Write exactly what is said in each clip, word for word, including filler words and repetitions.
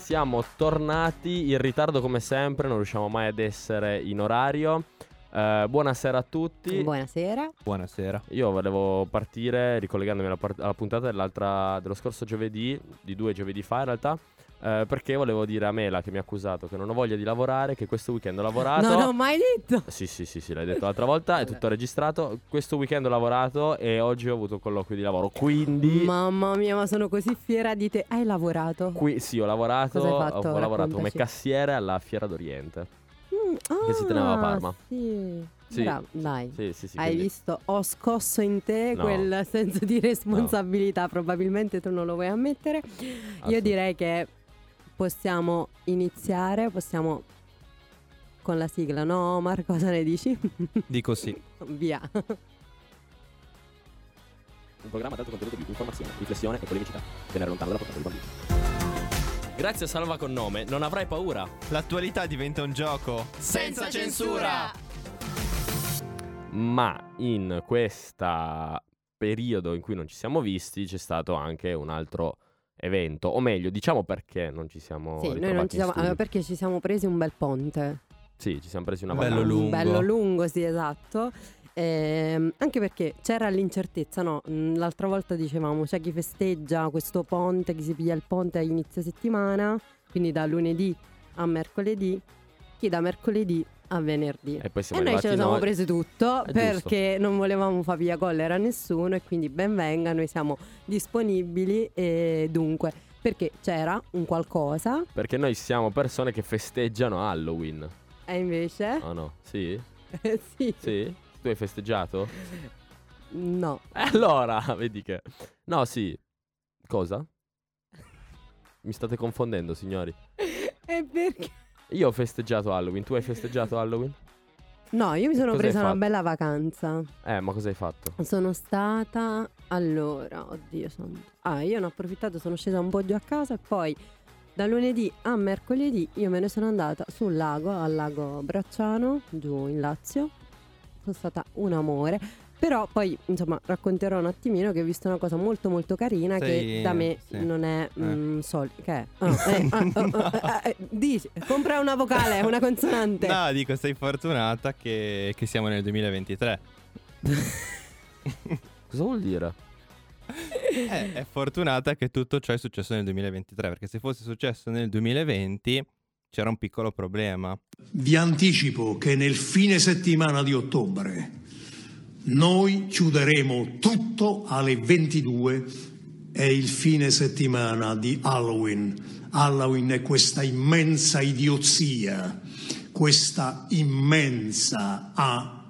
siamo tornati in ritardo come sempre, non riusciamo mai ad essere in orario. Uh, buonasera a tutti. Buonasera. Buonasera. Io volevo partire ricollegandomi alla, part- alla puntata dell'altra dello scorso giovedì, di due giovedì fa in realtà, uh, perché volevo dire a Mela, che mi ha accusato che non ho voglia di lavorare, che questo weekend ho lavorato. Non ho mai detto. Sì sì sì sì, l'hai detto l'altra volta, è tutto registrato. Questo weekend ho lavorato e oggi ho avuto un colloquio di lavoro, quindi Mamma mia, ma sono così fiera di te. Hai lavorato? qui sì, ho lavorato. Cosa hai fatto? Ho lavorato come Raccontaci. cassiere alla Fiera d'Oriente. Mm, Che si teneva a Parma. Sì, Sì. Bravo, dai. Sì sì sì, Hai quindi- visto? Ho scosso in te No. quel senso di responsabilità. Probabilmente tu non lo vuoi ammettere. Io direi che possiamo iniziare. Possiamo con la sigla, no Omar? Cosa ne dici? Dico sì. Via. Un programma dato contenuto di informazione, riflessione e polemicità. Tenere lontano dalla portata dei bambini. Grazie a Salva con nome, non avrai paura. L'attualità diventa un gioco Senza censura. Ma in questo periodo in cui non ci siamo visti c'è stato anche un altro evento. O meglio, diciamo perché non ci siamo Sì, noi ritrovati non ci in siamo. studio. allora, perché ci siamo presi un bel ponte. Sì, ci siamo presi una Bello vacanza. lungo. Bello lungo, sì, esatto. Ehm, anche perché c'era l'incertezza, no? Mm, L'altra volta dicevamo c'è chi festeggia questo ponte, chi si piglia il ponte a inizio settimana, quindi da lunedì a mercoledì, chi da mercoledì a venerdì. E poi siamo E noi arrivati ce lo siamo noi. presi tutto È perché non volevamo far via collera a nessuno e quindi ben venga, noi siamo disponibili e dunque perché c'era un qualcosa Perché noi siamo persone che festeggiano Halloween. e invece Oh no? Sì? sì. Sì? Tu hai festeggiato? No. E allora, vedi che... No, sì. Cosa? Mi state confondendo, signori. E perché? Io ho festeggiato Halloween, tu hai festeggiato Halloween? No, io mi sono Cosa hai presa una fatto? bella vacanza. Eh, ma cosa hai fatto? Sono stata allora, oddio, santo. Ah, io ne ho approfittato, sono scesa un po' giù a casa e poi da lunedì a mercoledì io me ne sono andata sul lago, al lago Bracciano, giù in Lazio. Sono stata un amore. Però poi, insomma, racconterò un attimino che ho visto una cosa molto molto carina Sei- che da me sì. non è Eh. mm, sol- Che è? Ah, eh, ah, ah, ah, eh, eh, dici, compra una vocale, una consonante. No, dico, sei fortunata che, che siamo nel duemilaventitré. Cosa vuol dire? Eh, è fortunata che tutto ciò è successo nel duemilaventitré, perché se fosse successo nel duemilaventi c'era un piccolo problema. Vi anticipo che nel fine settimana di ottobre noi chiuderemo tutto alle ventidue, è il fine settimana di Halloween. Halloween è questa immensa idiozia, questa immensa, ah,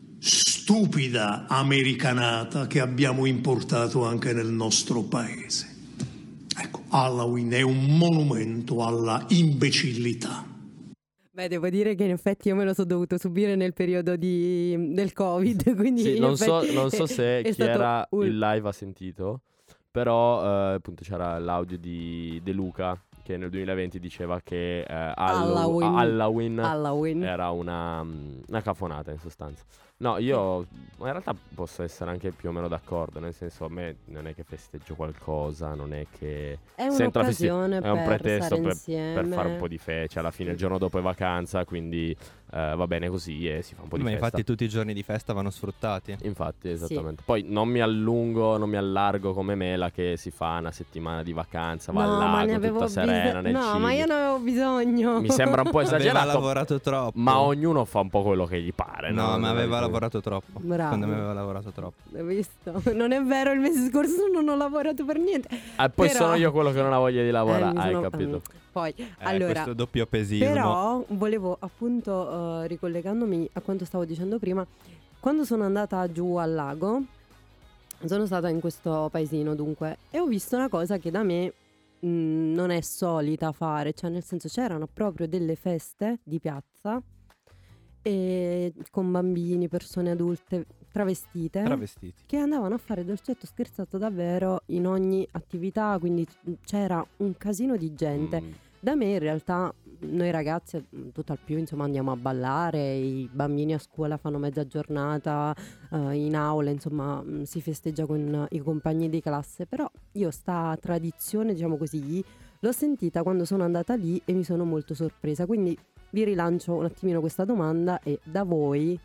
stupida americanata che abbiamo importato anche nel nostro paese. Ecco, Halloween è un monumento alla imbecillità. Beh, devo dire che in effetti io me lo sono dovuto subire nel periodo di, del Covid, quindi Sì, in non so, effetti non so è- se è chi stato era un- in live ha sentito, però eh, appunto c'era l'audio di De Luca che nel duemilaventi diceva che eh, Hallow- Halloween. Halloween Halloween. era una, mm, una cafonata in sostanza. No, io ma in realtà posso essere anche più o meno d'accordo, nel senso a me non è che festeggio qualcosa, non è che È sento la festi- un'occasione è un per pretesto stare per, insieme. per fare un po' di fece, alla fine il giorno dopo è vacanza, quindi eh, va bene così e si fa un po' di Ma festa. infatti tutti i giorni di festa vanno sfruttati. Infatti, esattamente. Poi non mi allungo, non mi allargo come Mela che si fa una settimana di vacanza, va No, al ma ne lago avevo tutta serena bis- nel No, cibo. ma io ne avevo bisogno. Mi sembra un po' Aveva esagerato, lavorato troppo. ma ognuno fa un po' quello che gli pare. No, No, ma Non è aveva che- lavorato troppo. Bravo. Secondo me aveva lavorato troppo. Hai visto? Non è vero, il mese scorso non ho lavorato per niente. Ah, poi Però- sono io quello che non ha voglia di lavorare. Eh, mi Hai sono- capito? mm, Poi, Eh, allora, questo doppio pesismo. però volevo appunto eh, ricollegandomi a quanto stavo dicendo prima, quando sono andata giù al lago, sono stata in questo paesino dunque e ho visto una cosa che da me mh, non è solita fare, cioè nel senso c'erano proprio delle feste di piazza e con bambini, persone adulte travestite Travestiti. che andavano a fare dolcetto scherzato davvero in ogni attività, quindi c'era un casino di gente. Mm. Da me in realtà noi ragazzi mm, tutt'al più insomma andiamo a ballare, i bambini a scuola fanno mezza giornata, eh, in aula insomma mm, si festeggia con i compagni di classe, però io sta tradizione diciamo così L'ho sentita quando sono andata lì e mi sono molto sorpresa, quindi vi rilancio un attimino questa domanda: e da voi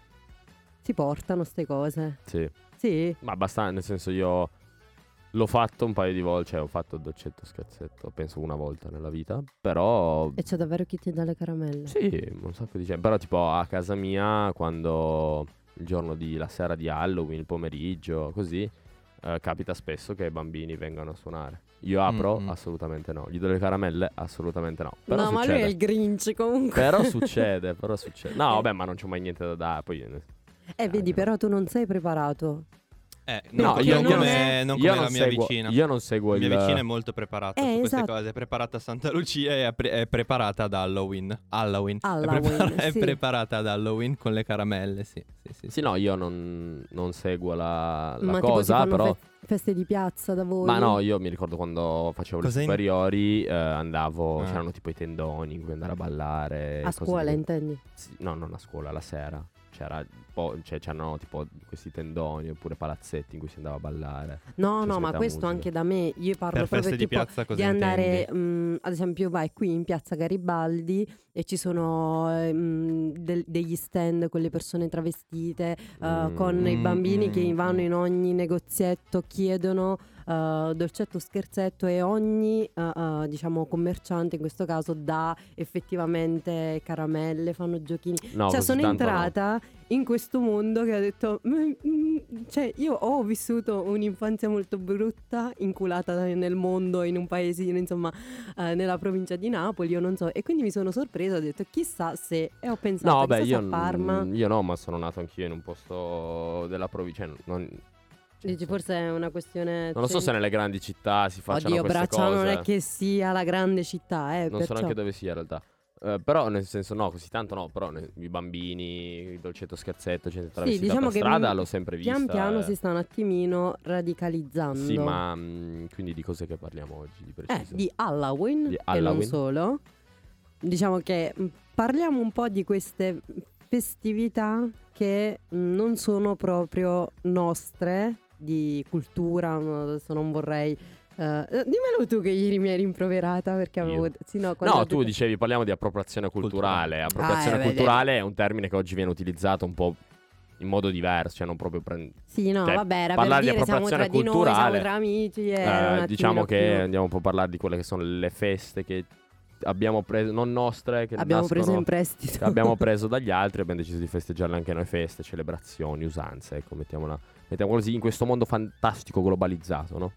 si portano ste cose? Sì. Sì? Ma abbastanza, nel senso io l'ho fatto un paio di volte, cioè ho fatto il dolcetto scherzetto, penso una volta nella vita, però... E c'è davvero chi ti dà le caramelle? Sì, un sacco di gente, però tipo a casa mia quando il giorno di la sera di Halloween, il pomeriggio, così, eh, capita spesso che i bambini vengano a suonare. Io apro? Mm-mm. Assolutamente no. Gli do le caramelle? Assolutamente no. Però no, succede. ma lui è il Grinch comunque. Però succede, però succede. No, vabbè, ma non c'è mai niente da dare. Poi... Eh, vedi, no. però tu non sei preparato. Eh, No, non, io non non come, è- non io come non la mia seguo, vicina. Io non seguo La il... mia vicina è molto preparata Eh, su queste esatto. cose. È preparata a Santa Lucia e è, pre- è preparata ad Halloween. Halloween. Halloween, è, prepara- è sì. preparata ad Halloween con le caramelle, sì. Sì, sì, Sì, no, io non, non seguo la, la ma tipo si cosa, fanno però... fe- feste di piazza da voi? Ma no, io mi ricordo quando facevo Cosa le in- superiori, eh, andavo, Ah. c'erano tipo i tendoni in cui andare a ballare. A cose scuola di- intendi? Sì, no, non a scuola, la sera. C'era, po- cioè, c'erano tipo questi tendoni oppure palazzetti in cui si andava a ballare. No, Ci no, si ma metteva questo musica. anche da me. Io parlo Per proprio feste di tipo piazza cosa di andare, intendi? mh, ad esempio, vai qui in piazza Garibaldi e ci sono eh, mh, del- degli stand con le persone travestite, eh, Mm. con i Mm, bambini che mm, vanno mm. in ogni negozietto, chiedono eh, dolcetto scherzetto, e ogni eh, eh, diciamo commerciante in questo caso dà effettivamente caramelle, fanno giochini. No, Cioè così sono tanto no. entrata in questo mondo che ho detto, "Mm, mm", cioè io ho vissuto un'infanzia molto brutta, inculata nel mondo, in un paesino, insomma, eh, nella provincia di Napoli, io non so, e quindi mi sono sorpresa, ho detto chissà se, e ho pensato, No, vabbè, chissà io, se a Parma, io no, ma sono nato anch'io in un posto della provincia. cioè, Non, cioè, dici forse è una questione... non lo so se nelle grandi città si facciano Oddio, queste Bracciano cose. non è che sia la grande città, eh, Non perciò... so neanche dove sia in realtà. Eh, però nel senso no, così tanto no. Però ne- i bambini, il dolcetto scherzetto, gente travestita diciamo per che strada mm, l'ho sempre vista. Pian piano eh. si sta un attimino radicalizzando. Sì, ma mm, quindi di cos'è che parliamo oggi di Eh, preciso? di Halloween, Di e non Halloween. solo. Diciamo che mh, parliamo un po' di queste festività che mh, non sono proprio nostre, di cultura, no, adesso non vorrei... eh, dimmelo tu che ieri mi hai rimproverata perché avevo... Io? Sì, no, quando No, ho tu detto- dicevi parliamo di appropriazione culturale. Appropriazione Ah, eh, beh, culturale è un termine che oggi viene utilizzato un po' in modo diverso, cioè non proprio pre- Sì, no, cioè, vabbè, era per parlare di dire siamo tra appropriazione di noi, siamo culturale, tra amici. eh, era un diciamo attimino che più- andiamo un po' a parlare di quelle che sono le feste che abbiamo preso, non nostre, che abbiamo nascono, preso in prestito. che abbiamo preso dagli altri, abbiamo deciso di festeggiarle anche noi, feste, celebrazioni, usanze, ecco, mettiamola, mettiamola così, in questo mondo fantastico globalizzato, no?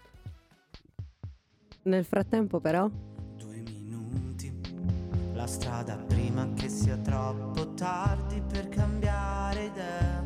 Nel frattempo però... Due minuti, la strada prima che sia troppo tardi per cambiare idea.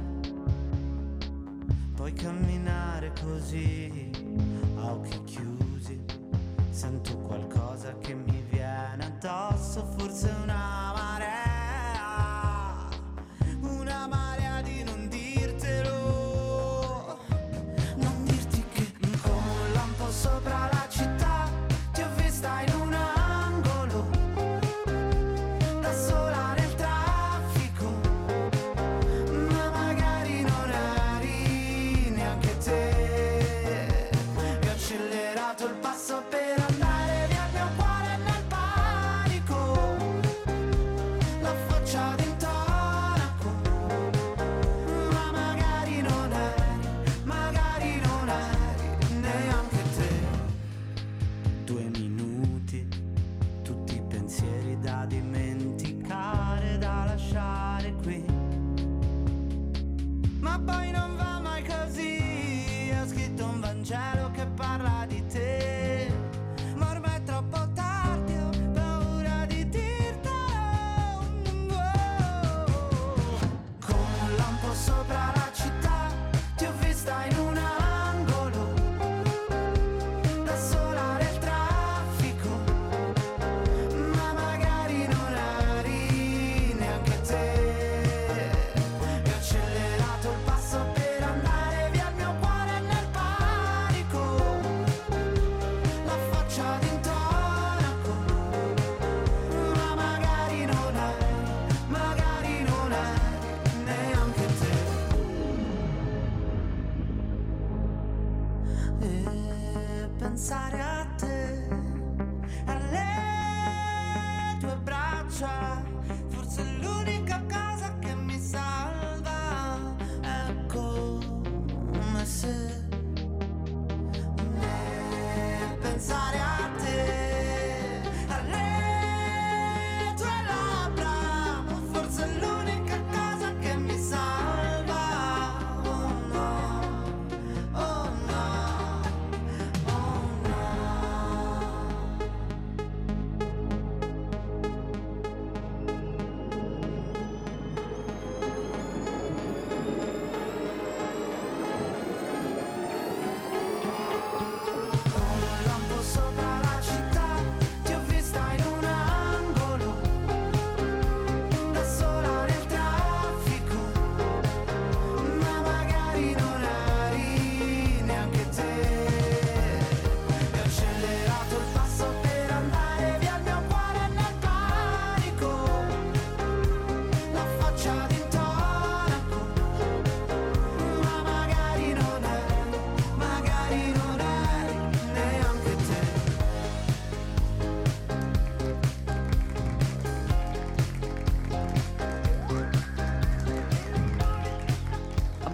Puoi camminare così, a occhi chiusi. Sento qualcosa che mi viene addosso, forse una marea. Una marea di non dirtelo. Non dirti che come un lampo sopra la città ti ho vista in un angolo, da sola nel traffico, ma magari non eri neanche te. E ho accelerato il passo per andare via, il mio cuore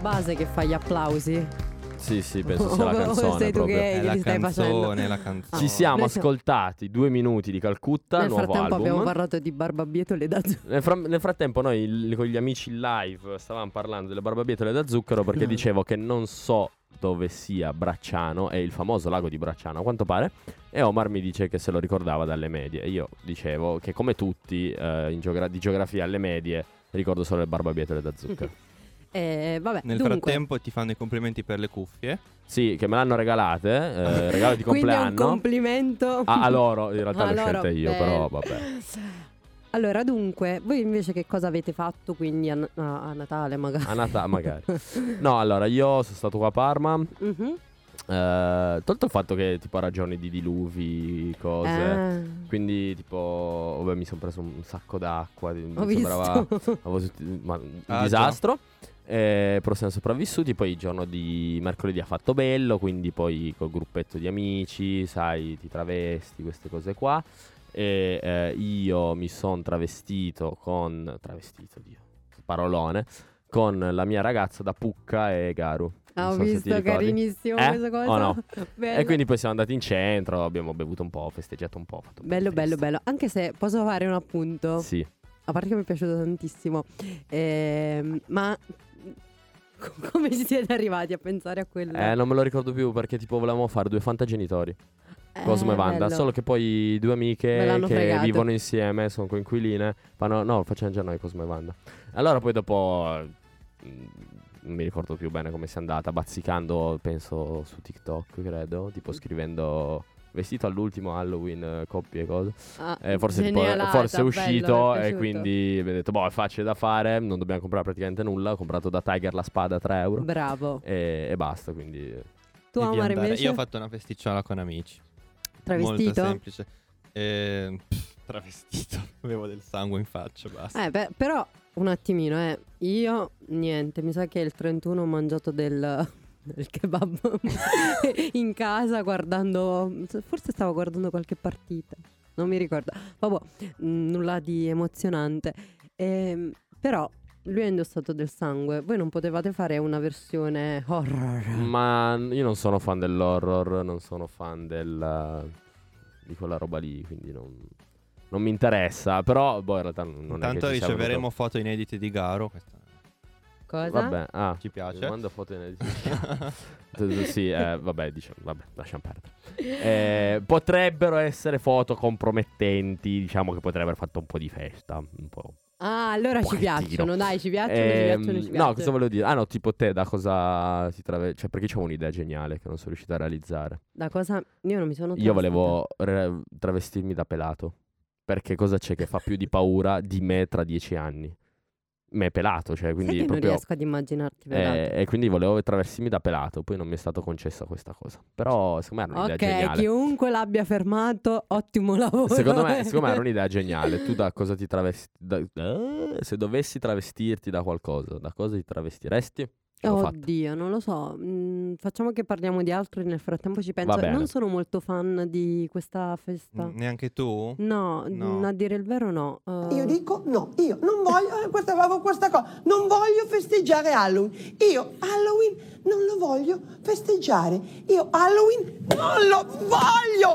base che fa gli applausi? Sì, sì, penso sia la O canzone sei tu proprio. che, È che la li stai facendo? canzone, la canzone. Ci Ah. siamo Noi siamo- ascoltati due minuti di Calcutta, Nel nuovo frattempo album. abbiamo parlato di Barbabietole da zucchero. Nel, fra- nel frattempo noi il- con gli amici in live stavamo parlando delle barbabietole da zucchero perché dicevo che non so dove sia Bracciano, è il famoso lago di Bracciano a quanto pare, e Omar mi dice che se lo ricordava dalle medie. Io dicevo che come tutti eh, in geogra- di geografia alle medie ricordo solo le barbabietole da zucchero. Eh, vabbè, Nel dunque, frattempo ti fanno i complimenti per le cuffie. Sì, che me l'hanno regalate, eh, regalo di quindi è un compleanno. complimento. Ah, a loro, in realtà A le ho loro, scelte io, bello. però vabbè. Allora, dunque, voi invece che cosa avete fatto quindi a, a- a Natale magari? A Natale magari. No, allora io sono stato qua a Parma. Mhm. Eh, tolto il fatto che tipo ha ragioni di diluvi, cose. Eh, Quindi tipo, vabbè, mi sono preso un sacco d'acqua. Mi ho sembrava visto. avevo tutti- ma, un Ah, disastro. Eh, però siamo sopravvissuti. Poi il giorno di mercoledì ha fatto bello. Quindi poi col gruppetto di amici, sai, ti travesti, queste cose qua. E eh, io mi sono travestito con travestito, Dio, parolone, con la mia ragazza da Pucca e Garu. Ah, Non ho so se ti visto, ricordi. carinissimo Eh? questa cosa. O no? Bello. E quindi poi siamo andati in centro, abbiamo bevuto un po', festeggiato un po'. Fatto un po' di Bello, bello, festa. bello. Anche se posso fare un appunto. Sì. A parte che mi è piaciuto tantissimo. Ehm, ma co- come siete arrivati a pensare a quello? Eh, non me lo ricordo più perché tipo volevamo fare due fantagenitori, Cosmo Eh, e Wanda. bello. Solo che poi due Me amiche l'hanno che fregato. vivono insieme, sono coinquiline, fanno no, facciamo già noi Cosmo e Wanda. Allora poi dopo mm, non mi ricordo più bene come sia andata, bazzicando penso su TikTok, credo, tipo scrivendo vestito all'ultimo Halloween, eh, coppie e cose. Ah, Eh, forse, tipo, genialata, forse è bello, uscito mi è e piaciuto. quindi abbiamo detto boh, è facile da fare, non dobbiamo comprare praticamente nulla. Ho comprato da Tiger la spada a tre euro Bravo. e, e basta, quindi Tu, Devi Omar, andare- invece? Io ho fatto una festicciola con amici. Molto Travestito? semplice. Eh, pff, travestito. Avevo del sangue in faccia, basta. Eh, beh, però un attimino, eh. Io niente, mi sa che il trentuno ho mangiato del, del kebab in casa guardando, forse stavo guardando qualche partita, non mi ricordo. Vabbè, mh, nulla di emozionante. Ehm, però lui ha indossato del sangue. Voi non potevate fare una versione horror? ma io non sono fan dell'horror, non sono fan del di quella roba lì, quindi non, non mi interessa. Però boh, in realtà non è Intanto che ci sia riceveremo proprio- foto inedite di Garo. Questa Cosa? Vabbè, ah, ci piace. mi manda foto inedite. Sì, eh, vabbè, diciamo, vabbè, lasciamo perdere. Eh, potrebbero essere foto compromettenti, diciamo che potrebbero aver fatto un po' di festa, un po'. Ah, allora ci pochettino. piacciono, dai, ci piacciono, ci Ehm, piacciono, ci piacciono. No, cosa volevo dire? Ah no, tipo te da cosa ti travesti? Cioè, perché c'ho un'idea geniale che non sono riuscito a realizzare. Da cosa? Io non mi sono Io travestita. volevo re- travestirmi da pelato. Perché cosa c'è che fa più di paura di me tra dieci anni? Me è pelato, cioè, quindi Sai che proprio... non riesco ad immaginarti pelato. Eh, e quindi volevo travestirmi da pelato, poi non mi è stato concesso questa cosa. Però secondo me era un'idea Ok, geniale. chiunque l'abbia fermato, ottimo lavoro. Secondo me, secondo me era un'idea geniale. Tu da cosa ti travesti? da- eh, se dovessi travestirti da qualcosa, da cosa ti travestiresti? L'ho fatto. Oddio, non lo so. Mm, facciamo che parliamo di altro e nel frattempo ci penso. Va bene. Non sono molto fan di questa festa. Mm, Neanche tu? No, No. mm, a dire il vero no. Eh, Io dico no, io non voglio, eh, questa, avevo questa cosa, non voglio festeggiare Halloween. Io Halloween non lo voglio festeggiare. Io Halloween non lo voglio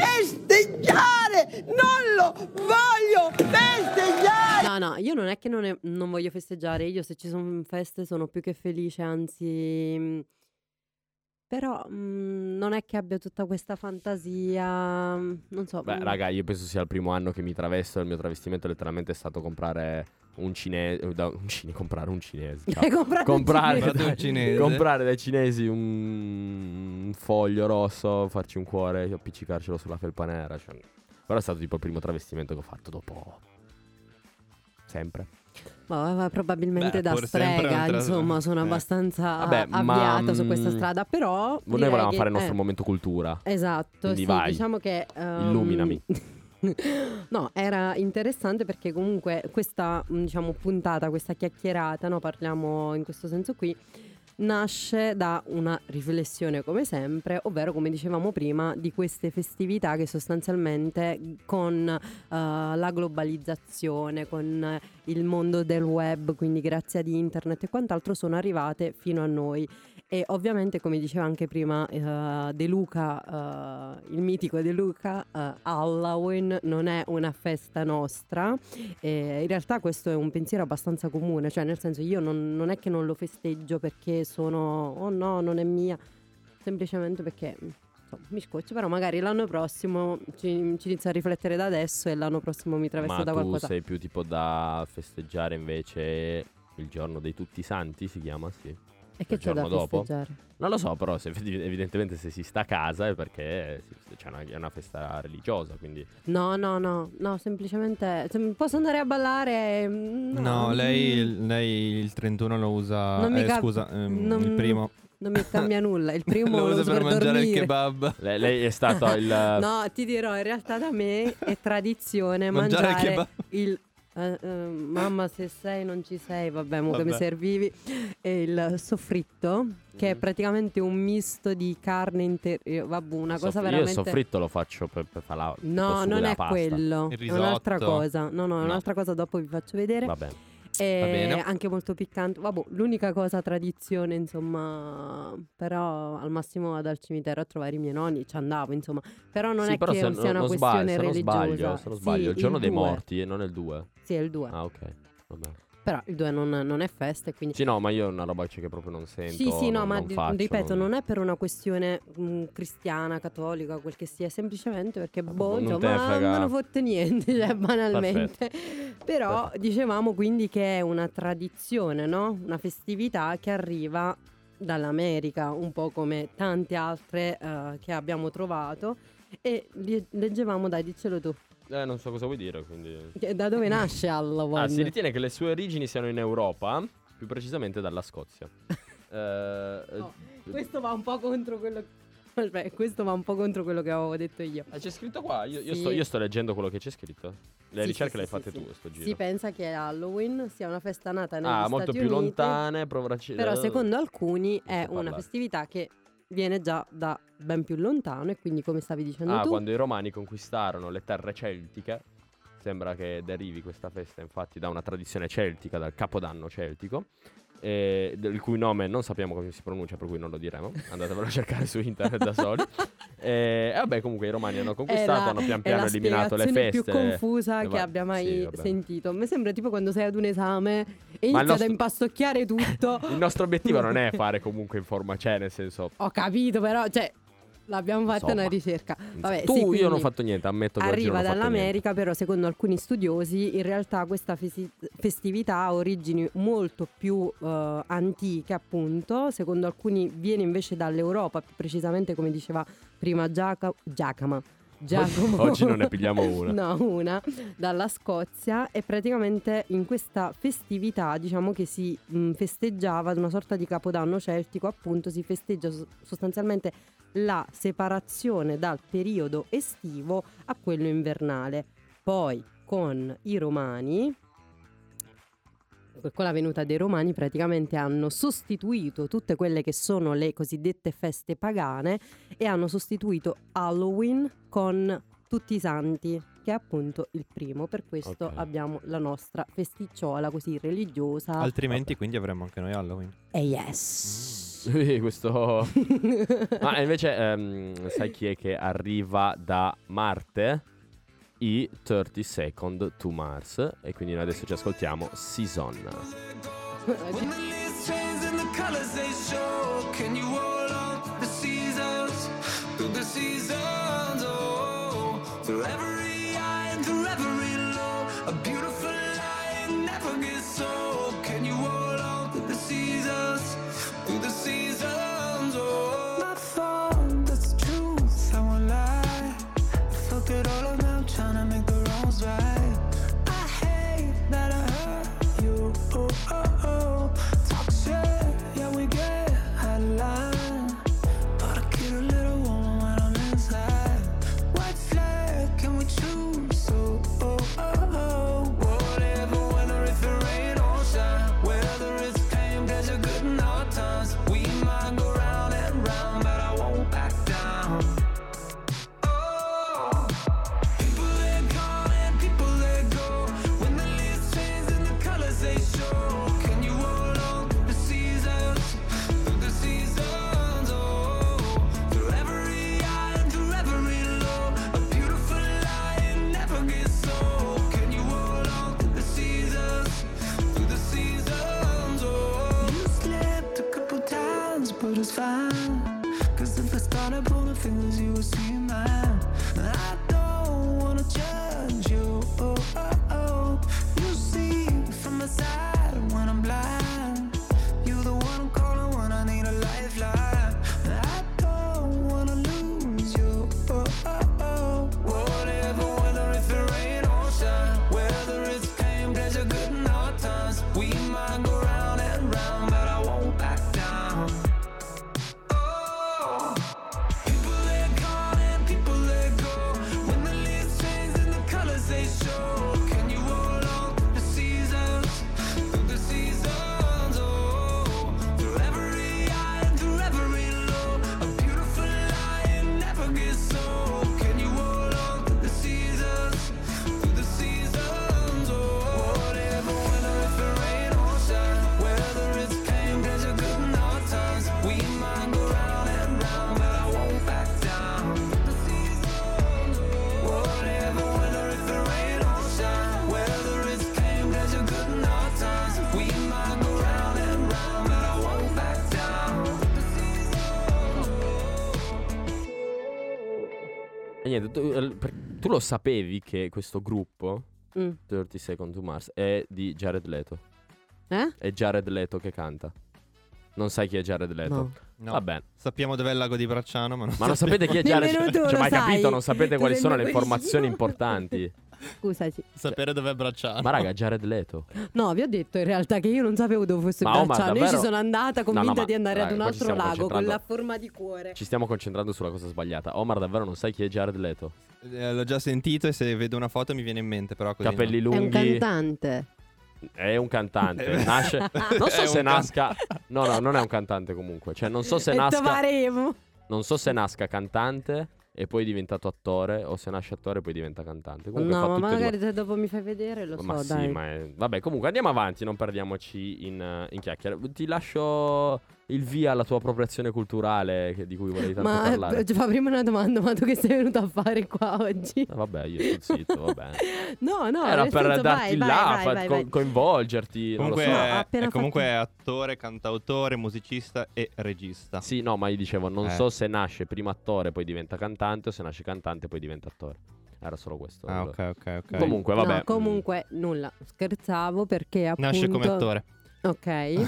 festeggiare. Non lo voglio festeggiare. No, no, io non è che non, è- non voglio festeggiare. Io se ci sono feste sono più che felice, anzi... mm, Però mm, non è che abbia tutta questa fantasia, mm, non so. Beh, mm, raga, io penso sia il primo anno che mi travesto. Il mio travestimento letteralmente è stato comprare un cinese. Da, un cine, comprare un cinese. Hai cavolo. comprato comprare, il Comprate un dai- cinese. comprare dai cinesi un, un foglio rosso, farci un cuore e appiccicarcelo sulla felpa nera. Cioè, però è stato tipo il primo travestimento che ho fatto dopo. Sempre. Ma, ma probabilmente Beh, da pur sempre strega, un tra- insomma, sono eh. abbastanza Vabbè, ma, avviata su questa mm, strada, però Noi direi volevamo che- fare il nostro eh, momento cultura. Esatto, Quindi sì, vai. diciamo che ehm, Illuminami. No, era interessante perché comunque questa, mm, diciamo, puntata, questa chiacchierata, no, parliamo in questo senso qui, nasce da una riflessione come sempre, ovvero come dicevamo prima di queste festività che sostanzialmente con uh, la globalizzazione, con il mondo del web, quindi grazie ad internet e quant'altro, sono arrivate fino a noi. E ovviamente, come diceva anche prima uh, De Luca, uh, il mitico De Luca, uh, Halloween non è una festa nostra. E in realtà questo è un pensiero abbastanza comune, cioè nel senso, io non, non è che non lo festeggio perché sono, oh no, non è mia, semplicemente perché insomma, mi scoccio, però magari l'anno prossimo ci, ci inizio a riflettere da adesso e l'anno prossimo mi travesto Ma da tu qualcosa. sei più tipo da festeggiare invece il giorno dei Tutti Santi, si chiama, sì. E che il c'è da giorno dopo? festeggiare? Non lo so, però se, evidentemente se si sta a casa è perché si- c'è una, è una festa religiosa, quindi No, no, no, no, semplicemente se posso andare a ballare. mm, No, No, lei, lei il trentuno lo usa. Non mi eh, cap- scusa, ehm, non- il primo Non mi cambia nulla. Il primo lo lo usa uso per per mangiare il dormire. kebab. lei, lei è stato il... No, ti dirò, in realtà da me è tradizione Mangiare il mangiare, kebab. il eh, eh, mamma se sei non ci sei, vabbè, mo che mi Vabbè. servivi, e il soffritto, che è Mm. praticamente un misto di carne inter... vabbè, una cosa soff- veramente... Io il soffritto lo faccio per, per fare la... tipo No, sugo non della è pasta. quello, Il è un'altra risotto. cosa. No, no, è No. un'altra cosa, dopo vi faccio vedere. Va bene. E Va bene. anche molto piccante. Vabbè, l'unica cosa tradizione, insomma, però al massimo vado al cimitero a trovare i miei nonni, ci andavo, insomma. Però non Sì, è però che se sia non- una non questione sbaglio, se non religiosa. sbaglio, se non Sì, sbaglio, il giorno dei due. morti e non il due. Sì, è il due. Ah, ok. Vabbè. Però il due non, non è festa e quindi... Sì, no, ma io è una roba che proprio non sento. Sì, sì, no, non- ma non di- faccio, ripeto, non- non è per una questione mh, cristiana, cattolica, quel che sia, semplicemente perché, boh, non insomma, te ne frega. me ne fotte niente, cioè, banalmente. Però Perfetto. dicevamo quindi che è una tradizione, no? Una festività che arriva dall'America, un po' come tante altre eh, che abbiamo trovato. E li- leggevamo, dai, diccelo tu, Eh, non so cosa vuoi dire, quindi... che- da dove nasce Halloween? Ah, si ritiene che le sue origini siano in Europa, più precisamente dalla Scozia. Eh, No, questo va un po' contro quello Aspetta, questo va un po' contro quello che avevo detto io. eh, c'è scritto qua, io, io Sì. sto, io sto leggendo quello che c'è scritto. Le Sì, ricerche sì, le hai sì, fatte sì, tu, sì. sto giro. Si pensa che Halloween sia una festa nata negli Ah, Stati molto più Uniti, lontane, provaci- però eh, secondo alcuni è so una parlare. festività che viene già da ben più lontano, e quindi, come stavi dicendo Ah, tu, quando i romani conquistarono le terre celtiche, sembra che derivi questa festa infatti da una tradizione celtica, dal capodanno celtico, eh, del cui nome non sappiamo come si pronuncia, per cui non lo diremo, andatevelo a cercare su internet da soli. E vabbè, comunque i romani hanno è conquistato, la, hanno pian è piano la eliminato le spiegazione feste. più confusa le che va- abbia mai sì, vabbè. sentito. Mi sembra tipo quando sei ad un esame e Ma il inizi ad nostro- impastocchiare tutto. Il nostro obiettivo non è fare comunque informa, cioè nel senso... Ho capito, però, cioè, l'abbiamo fatta Insomma. una ricerca. Vabbè, tu sì, io non ho quindi fatto niente, ammetto che oggi arriva non ho fatto niente. dall'America, però secondo alcuni studiosi in realtà questa fesi- festività ha origini molto più eh, antiche, appunto. Secondo alcuni viene invece dall'Europa, più precisamente, come diceva prima Giaca- Giacama. Giacomo. Oggi non ne pigliamo una. No, una dalla Scozia, e praticamente in questa festività, diciamo che si mh, festeggiava una sorta di capodanno celtico, appunto. Si festeggia so- sostanzialmente la separazione dal periodo estivo a quello invernale. Poi con i romani, con la venuta dei romani, praticamente hanno sostituito tutte quelle che sono le cosiddette feste pagane e hanno sostituito Halloween con Tutti i Santi, che è appunto il primo. Per questo Ok. abbiamo la nostra festicciola così religiosa. Altrimenti quindi avremmo anche noi Halloween. E yes. Sì, questo... Ma invece ehm, sai chi è che arriva da Marte? I thirty Second to Mars. E quindi noi adesso ci ascoltiamo Season. When the leaves change and the colors they show, can you hold on to the seasons, through the seasons, oh, through every high and through every low, a beautiful line never gets old. Can you hold on to the seasons, through the seasons, oh. Not far, that's the truth, I won't lie. I felt it all around, trying to make the wrongs right. I hate that I hurt you, oh, oh, oh. Talk shit, yeah, we get out of line, but I get a little warm when I'm inside. White flag, can we choose? Oh, oh, oh, oh. Whatever, whether if it rain or shine, whether it's pain, pleasure, good and hard times, we niente, tu, eh, per- tu lo sapevi che questo gruppo, Mm. thirty Seconds to Mars, è di Jared Leto? Eh? È Jared Leto che canta. Non sai chi è Jared Leto? No. No. Va bene. Sappiamo dov'è il lago di Bracciano, ma non Ma non sapete chi è Jared Nemmeno tu Leto? Cioè, lo ma hai sai. capito? Non sapete Tu quali sei sono il le mio informazioni vicino. importanti. Scusaci. sapere dov'è Bracciano. Ma raga, Jared Leto. No, vi ho detto in realtà che io non sapevo dove fosse Ma, Omar, Bracciano. Io davvero? ci sono andata No, no, convinta ma, di andare raga, ad un qua ci altro stiamo lago con concentrando. la forma di cuore. Ci stiamo concentrando sulla cosa sbagliata. Omar, davvero non sai chi è Jared Leto? Eh, l'ho già sentito e se vedo una foto mi viene in mente, però così Capelli no. È un lunghi. cantante. È un cantante. Nasce. Non so È se un can- nasca. No, no, non è un cantante comunque. Cioè, non so se E nasca. troveremo. Non so se nasca cantante e poi è diventato attore, o se nasce attore e poi diventa cantante. Comunque fa No, ma tutte e magari due. se dopo mi fai vedere lo so, Ma sì, dai. ma è... Vabbè, comunque andiamo avanti, non perdiamoci in, eh, in chiacchiere. Ti lascio il via alla tua appropriazione culturale che- di cui volevi tanto Ma parlare. eh, fa prima una domanda, ma tu che sei venuto a fare qua oggi? Eh, vabbè, io sto zitto, va bene. No, no, Era nel per senso, darti vai, là, vai, vai, fa- vai, co- vai. coinvolgerti. non lo Comunque, so. No, è, appena è comunque fatto- è attore, cantautore, musicista e regista. Sì, no, ma io dicevo, non Eh. so se nasce prima attore poi diventa cantante o se nasce cantante poi diventa attore. Era solo questo. Ah, ok, ok, ok. Comunque, vabbè. No, comunque nulla, scherzavo perché appunto Nasce come attore. Ok.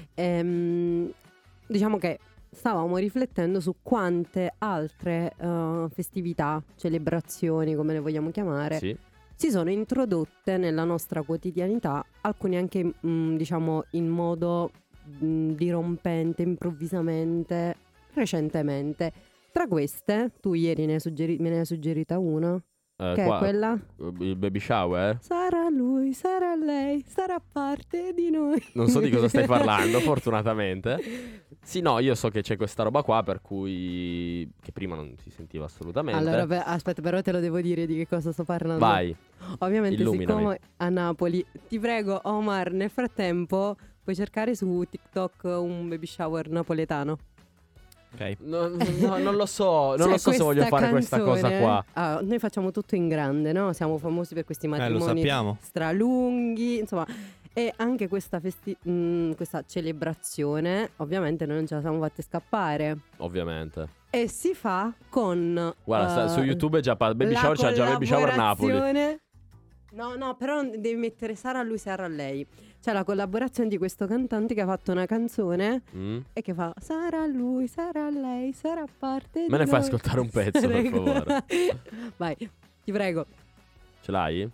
Ehm, diciamo che stavamo riflettendo su quante altre eh, festività, celebrazioni, come le vogliamo chiamare, Sì. si sono introdotte nella nostra quotidianità, alcune anche mh, diciamo in modo mh, dirompente, improvvisamente, recentemente. Tra queste, tu ieri ne hai suggeri- me ne hai suggerita una, Eh, che qua- è quella? Il baby shower? Sarà lui, sarà lei, sarà parte di noi. Non so di cosa stai parlando, fortunatamente. Sì, no, io so che c'è questa roba qua per cui... che prima non si sentiva assolutamente. Allora, beh, aspetta, però te lo devo dire di che cosa sto parlando. Vai. Ovviamente, illuminami. siccome a Napoli, ti prego, Omar, nel frattempo puoi cercare su TikTok un baby shower napoletano. Ok. No, no, non lo so, non C'è lo so se voglio questa fare questa cosa canzone. qua. Ah, noi facciamo tutto in grande, no? Siamo famosi per questi Eh, lo matrimoni sappiamo. stralunghi, insomma. E anche questa, festi- mh, questa celebrazione, ovviamente noi non ce la siamo fatte scappare. Ovviamente. E si fa con... Guarda, sta- eh, su YouTube è già pa- Baby la Shower, c'è già Baby Shower Napoli. collaborazione- No, no, però devi mettere Sara a lui, Sara a lei. C'è la collaborazione di questo cantante che ha fatto una canzone Mm? e che fa Sara a lui, Sara a lei, Sara a parte Me di ne fai noi. ascoltare un pezzo, per Prego. favore. Vai, ti prego. Ce l'hai?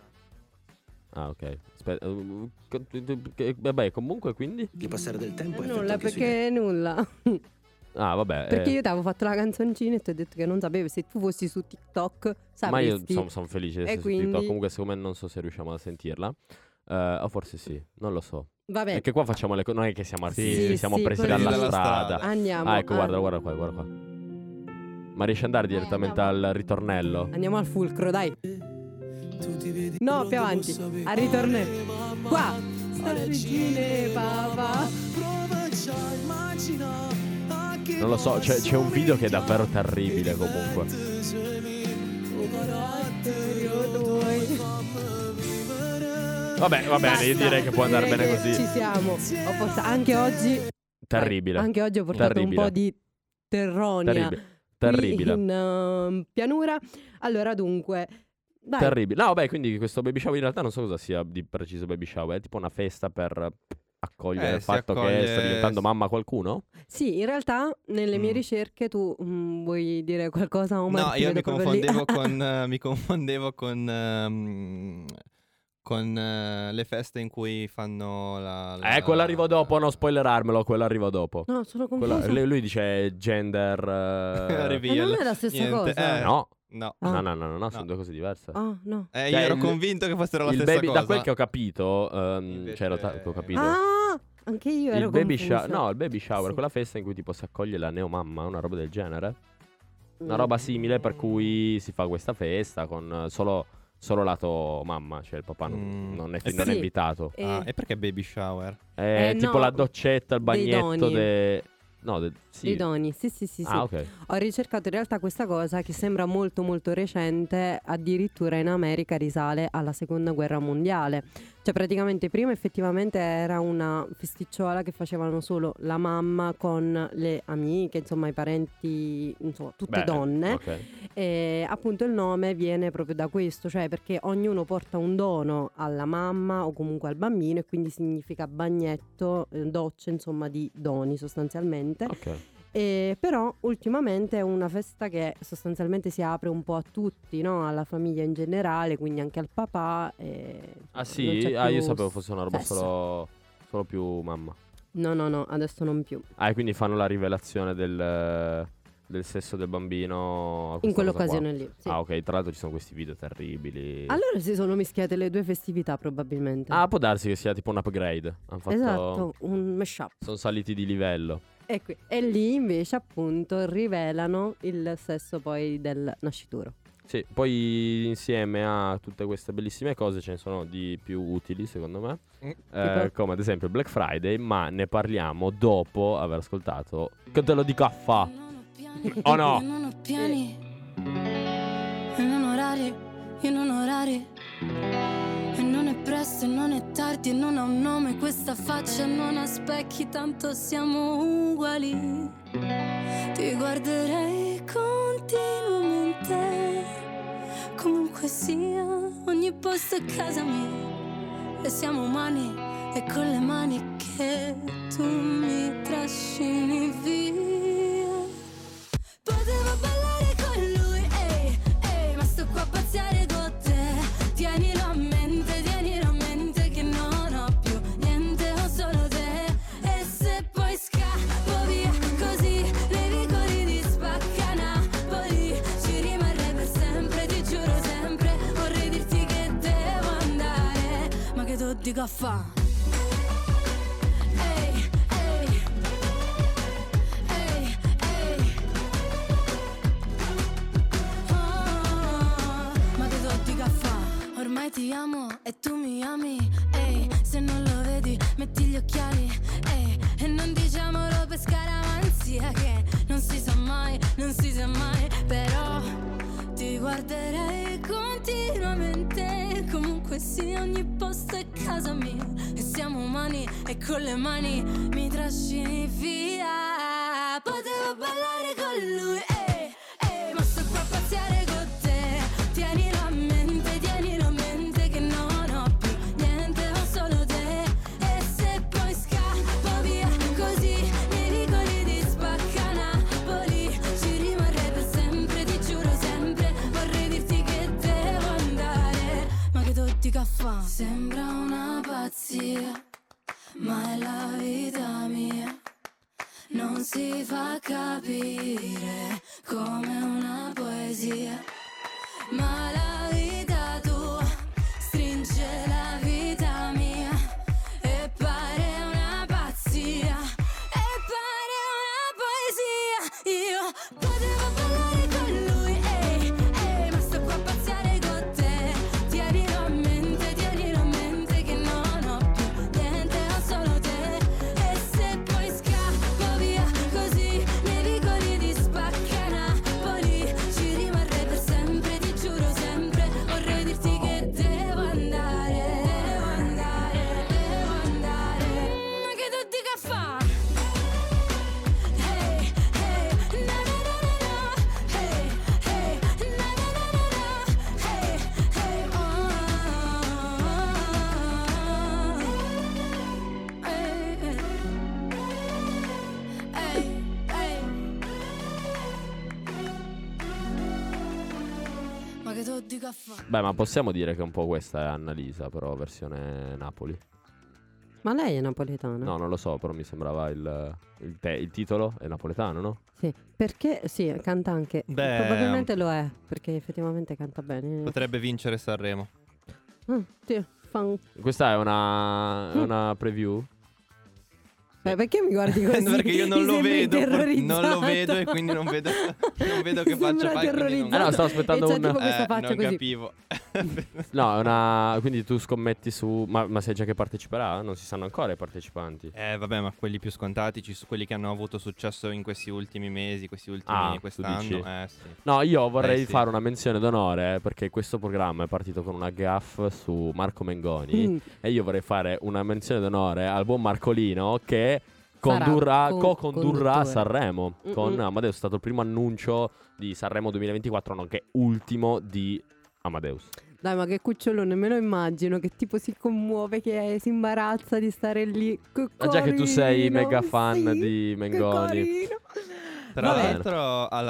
Ah, ok. Aspetta. uh, co- che- Vabbè, comunque quindi? Che passare del tempo è Nulla, effetto anche sui perché nulla. Ah, vabbè. Perché eh, io ti avevo fatto la canzoncina e ti ho detto che non sapevo. Se tu fossi su TikTok Ma io sapresti. sono felice di E essere su TikTok. quindi- Comunque, secondo me non so se riusciamo a sentirla. Eh, o forse sì, non lo so. Vabbè, Perché qua facciamo le cose. Non è che siamo artisti, Sì, siamo sì, presi così. dalla Dalla strada. strada. andiamo. Ah, ecco, ah, guarda, guarda qua, guarda qua. Ma riesci ad andare direttamente andiamo. al ritornello? Andiamo al fulcro, dai. No, più avanti. Al ritornello. Qua. Sta regine, papà. Non lo so, c'è, c'è un video che è davvero terribile comunque. Vabbè, va bene, io Basta. direi che può andare Direi bene che così. Ci siamo. Ho portato anche oggi. Terribile. Vai, anche oggi ho portato Terribile. un po' di terronia. Terribile. qui Terribile. in uh, pianura. Allora, dunque. Dai. Terribile. No, beh, quindi questo baby shower in realtà non so cosa sia di preciso baby shower. È tipo una festa per accogliere Eh, il si fatto che accoglie- sta diventando mamma qualcuno? Sì, in realtà nelle mie Mm. ricerche tu mm, vuoi dire qualcosa, Omar? No, Ti io vedo mi proprio lì. confondevo con, eh, mi confondevo con, ehm, con eh, le feste in cui fanno la... la Eh, quello arrivo dopo, non spoilerarmelo, quello arrivo dopo. No, sono Quella- confusa. lui, lui dice gender... eh, Reveal. Ma non è la stessa Niente, cosa. eh, No, No. Ah. no, no, no, no, no, sono No. due cose diverse. Ah, no. Eh, io Cioè, ero il- convinto che fossero la Il stessa baby, cosa. da quel che ho capito, ehm, Invece- cioè, lo ta- che ho capito. Ah, anche io ero il baby confusa. shower, no, il baby shower, Sì. quella festa in cui tipo si accoglie la neomamma, una roba del genere. Una Mm. roba simile per cui si fa questa festa con eh, solo, solo lato mamma, cioè il papà non, Mm. non è, Eh non è sì. invitato. E- Ah, e perché baby shower? È Eh, tipo no, la doccetta, il dei bagnetto doni. de... No, de- sì. Dei doni, sì, sì, sì, sì. Ah, ok. Ho ricercato in realtà questa cosa che sembra molto molto recente, addirittura in America risale alla seconda guerra mondiale. Cioè praticamente prima effettivamente era una festicciola che facevano solo la mamma con le amiche, insomma i parenti, insomma tutte Bene, donne. ok. E appunto il nome viene proprio da questo, cioè perché ognuno porta un dono alla mamma o comunque al bambino e quindi significa bagnetto, eh, docce, insomma di doni sostanzialmente. Ok. E però ultimamente è una festa che sostanzialmente si apre un po' a tutti, no? Alla famiglia in generale, quindi anche al papà. E Ah non sì? c'è Ah, io più sapevo fosse una roba sesso. solo, solo più mamma. No, no, no, adesso non più. Ah, e quindi fanno la rivelazione del, del sesso del bambino a In questa cosa qua. quell'occasione lì, sì. Ah, ok. Tra l'altro ci sono questi video terribili. Allora si sono mischiate le due festività probabilmente. Ah, può darsi che sia tipo un upgrade. Hanno fatto... Esatto, un mashup. Sono saliti di livello. E, qui- e lì invece appunto rivelano il sesso poi del nascituro. Sì, poi insieme a tutte queste bellissime cose ce ne sono di più utili secondo me. Eh, Tipo? come ad esempio il Black Friday, ma ne parliamo dopo aver ascoltato Che te lo dica fa. Oh no! Io non ho piani, e non orari, io non orari. E non è presto e non è tardi e non ha un nome questa faccia, non ha specchi, tanto siamo uguali. Ti guarderei continuamente, comunque sia, ogni posto è casa mia. E siamo umani e con le mani che tu mi trascini via. Potevo ballare con lui, ehi, ehi, ma sto qua a pazziare con te. Tienilo a mente, tienilo a mente che non ho più niente, ho solo te. E se poi scappo via così, nei vicoli di Spacca Napoli, ci rimarrei per sempre, ti giuro sempre. Vorrei dirti che devo andare, ma che tu dico a fa'? Ehi, ehi, ehi, ehi. Oh, ma che tu dico a fa'? Ormai ti amo e tu mi ami, ehi, se non lo vedi metti gli occhiali, ehi, e non diciamolo per scaramanzia che non si sa mai, non si sa mai, però ti guarderei continuamente, comunque sia ogni posto è casa mia, e siamo umani e con le mani mi trascini via. Potevo ballare con lui, ehi, ehi, ma sto qua a pazziare con te. Tienilo a mente, tienilo a mente che non ho più niente, ho solo te. E se poi scappo via così, nei vicoli di Spacca Napoli, ci rimarrei per sempre, ti giuro sempre. Vorrei dirti che devo andare, ma che tu dica fa'? Sembra una pazzia, ma è la vita mia. Non si fa capire come una poesia, ma la vita tua stringe la vita mia e pare una pazzia, e pare una poesia. Io potevo ballare con lui, ehi, ehi, ma sto qua a pazziare con te. Tienilo a mente, tienilo a mente che non ho più niente, ho solo te. E se poi scappo via così, nei vicoli di Spacca Napoli, ci rimarrei per sempre, ti giuro sempre. Vorrei dirti che devo andare, devo andare, devo andare, ma che tu dica fa'? Hey, hey, na na na na na, hey, hey, na na na na na, hey, hey, oh, hey, hey, hey. Ma che tu dica fa'? Beh, ma possiamo dire che un po' questa è Annalisa, però versione Napoli. Ma lei è napoletana? No, non lo so, però mi sembrava il, il, te- il titolo è napoletano, no? Sì, perché sì, canta anche. Beh, Probabilmente lo è, perché effettivamente canta bene. Potrebbe vincere Sanremo. Ah, sì, fa un- Questa è una, è una preview? Beh, perché mi guardi così? Perché io non Mi lo sembri vedo, non lo terrorizzato. vedo e quindi non vedo, non vedo che Mi sembra faccia fai. quindi non- Ah, no, stavo aspettando E c'è un- tipo questa Eh, faccia non così. capivo. No, è una... quindi tu scommetti su... Ma, ma sai già che parteciperà? Non si sanno ancora i partecipanti. Eh vabbè, ma quelli più scontati, ci sono quelli che hanno avuto successo in questi ultimi mesi, questi ultimi Ah, tu quest'anno. dici? Eh sì. No, io vorrei Eh, sì. fare una menzione d'onore, perché questo programma è partito con una gaff su Marco Mengoni Mm. e io vorrei fare una menzione d'onore al buon Marcolino che Sarà condurrà, co- co-condurrà conduttore. Sanremo Mm-mm. con Amadeus. È stato il primo annuncio di Sanremo duemilaventiquattro, nonché ultimo di Amadeus. Dai, ma che cucciolone, me lo immagino che tipo si commuove, che si imbarazza di stare lì. Che Ah, già che tu sei carino, mega fan sì, di che Mengoni. carino. Tra Va bene. l'altro ha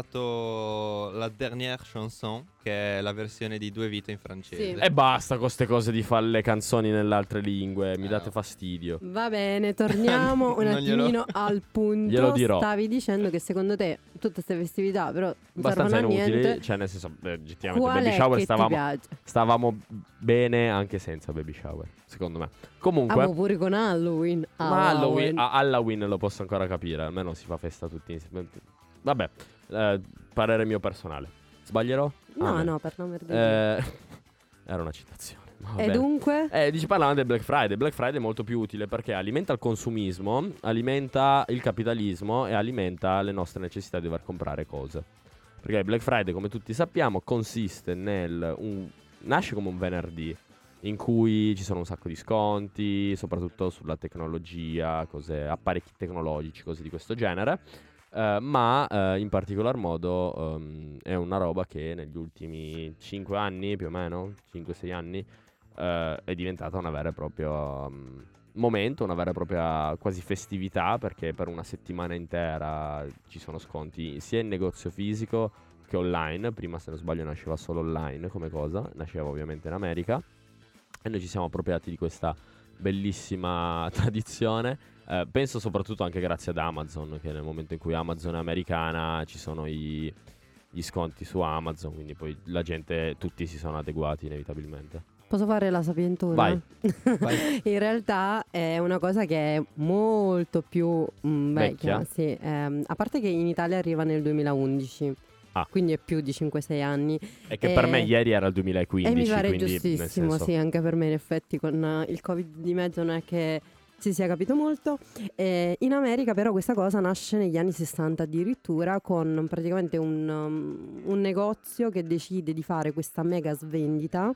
lanciato la dernière chanson, che è la versione di Due vite in francese. Sì. E basta con queste cose di fare le canzoni nelle altre lingue, mi Eh, date no. fastidio. Va bene, torniamo un Non glielo- attimino al punto. Glielo dirò. Stavi dicendo che secondo te tutte queste festività però non Abbastanza servono a inutili, niente. cioè nel senso, eh, oggettivamente Qual baby è shower che stavamo, ti piace? stavamo bene anche senza baby shower, secondo me. Comunque, Ah, ma pure con Halloween. ma Halloween, Halloween. a- Halloween lo posso ancora capire, almeno si fa festa tutti insieme. Vabbè, eh, parere mio personale. Sbaglierò? No, Ah, beh. no, per l'amor di Dio. Eh, era una citazione. ma va E bene. dunque? Eh, dici parlavano del Black Friday. Black Friday è molto più utile perché alimenta il consumismo, alimenta il capitalismo e alimenta le nostre necessità di dover comprare cose. Perché il Black Friday, come tutti sappiamo, consiste nel... Un, nasce come un venerdì in cui ci sono un sacco di sconti, soprattutto sulla tecnologia, cose, apparecchi tecnologici, cose di questo genere. Eh, ma eh, in particolar modo ehm, è una roba che negli ultimi cinque anni, più o meno, cinque sei anni, eh, è diventata una vera e propria um, momento, una vera e propria quasi festività, perché per una settimana intera ci sono sconti sia in negozio fisico che online. Prima, se non sbaglio, nasceva solo online come cosa, nasceva ovviamente in America e noi ci siamo appropriati di questa bellissima tradizione. Eh, penso soprattutto anche grazie ad Amazon, che nel momento in cui Amazon è americana ci sono i, gli sconti su Amazon, quindi poi la gente, tutti si sono adeguati inevitabilmente. Posso fare la sapientura? Vai. Vai. In realtà è una cosa che è molto più mm, vecchia. Vecchia? Sì, ehm, a parte che in Italia arriva nel duemilaundici. Ah. Quindi è più di cinque sei anni. E che Eh, per me ieri era il E duemilaquindici, mi pare quindi nel giustissimo, senso, sì, anche per me in effetti con eh, il Covid di mezzo non è che si sia capito molto. Eh, in America però questa cosa nasce negli anni sessanta addirittura, con praticamente un, um, un negozio che decide di fare questa mega svendita,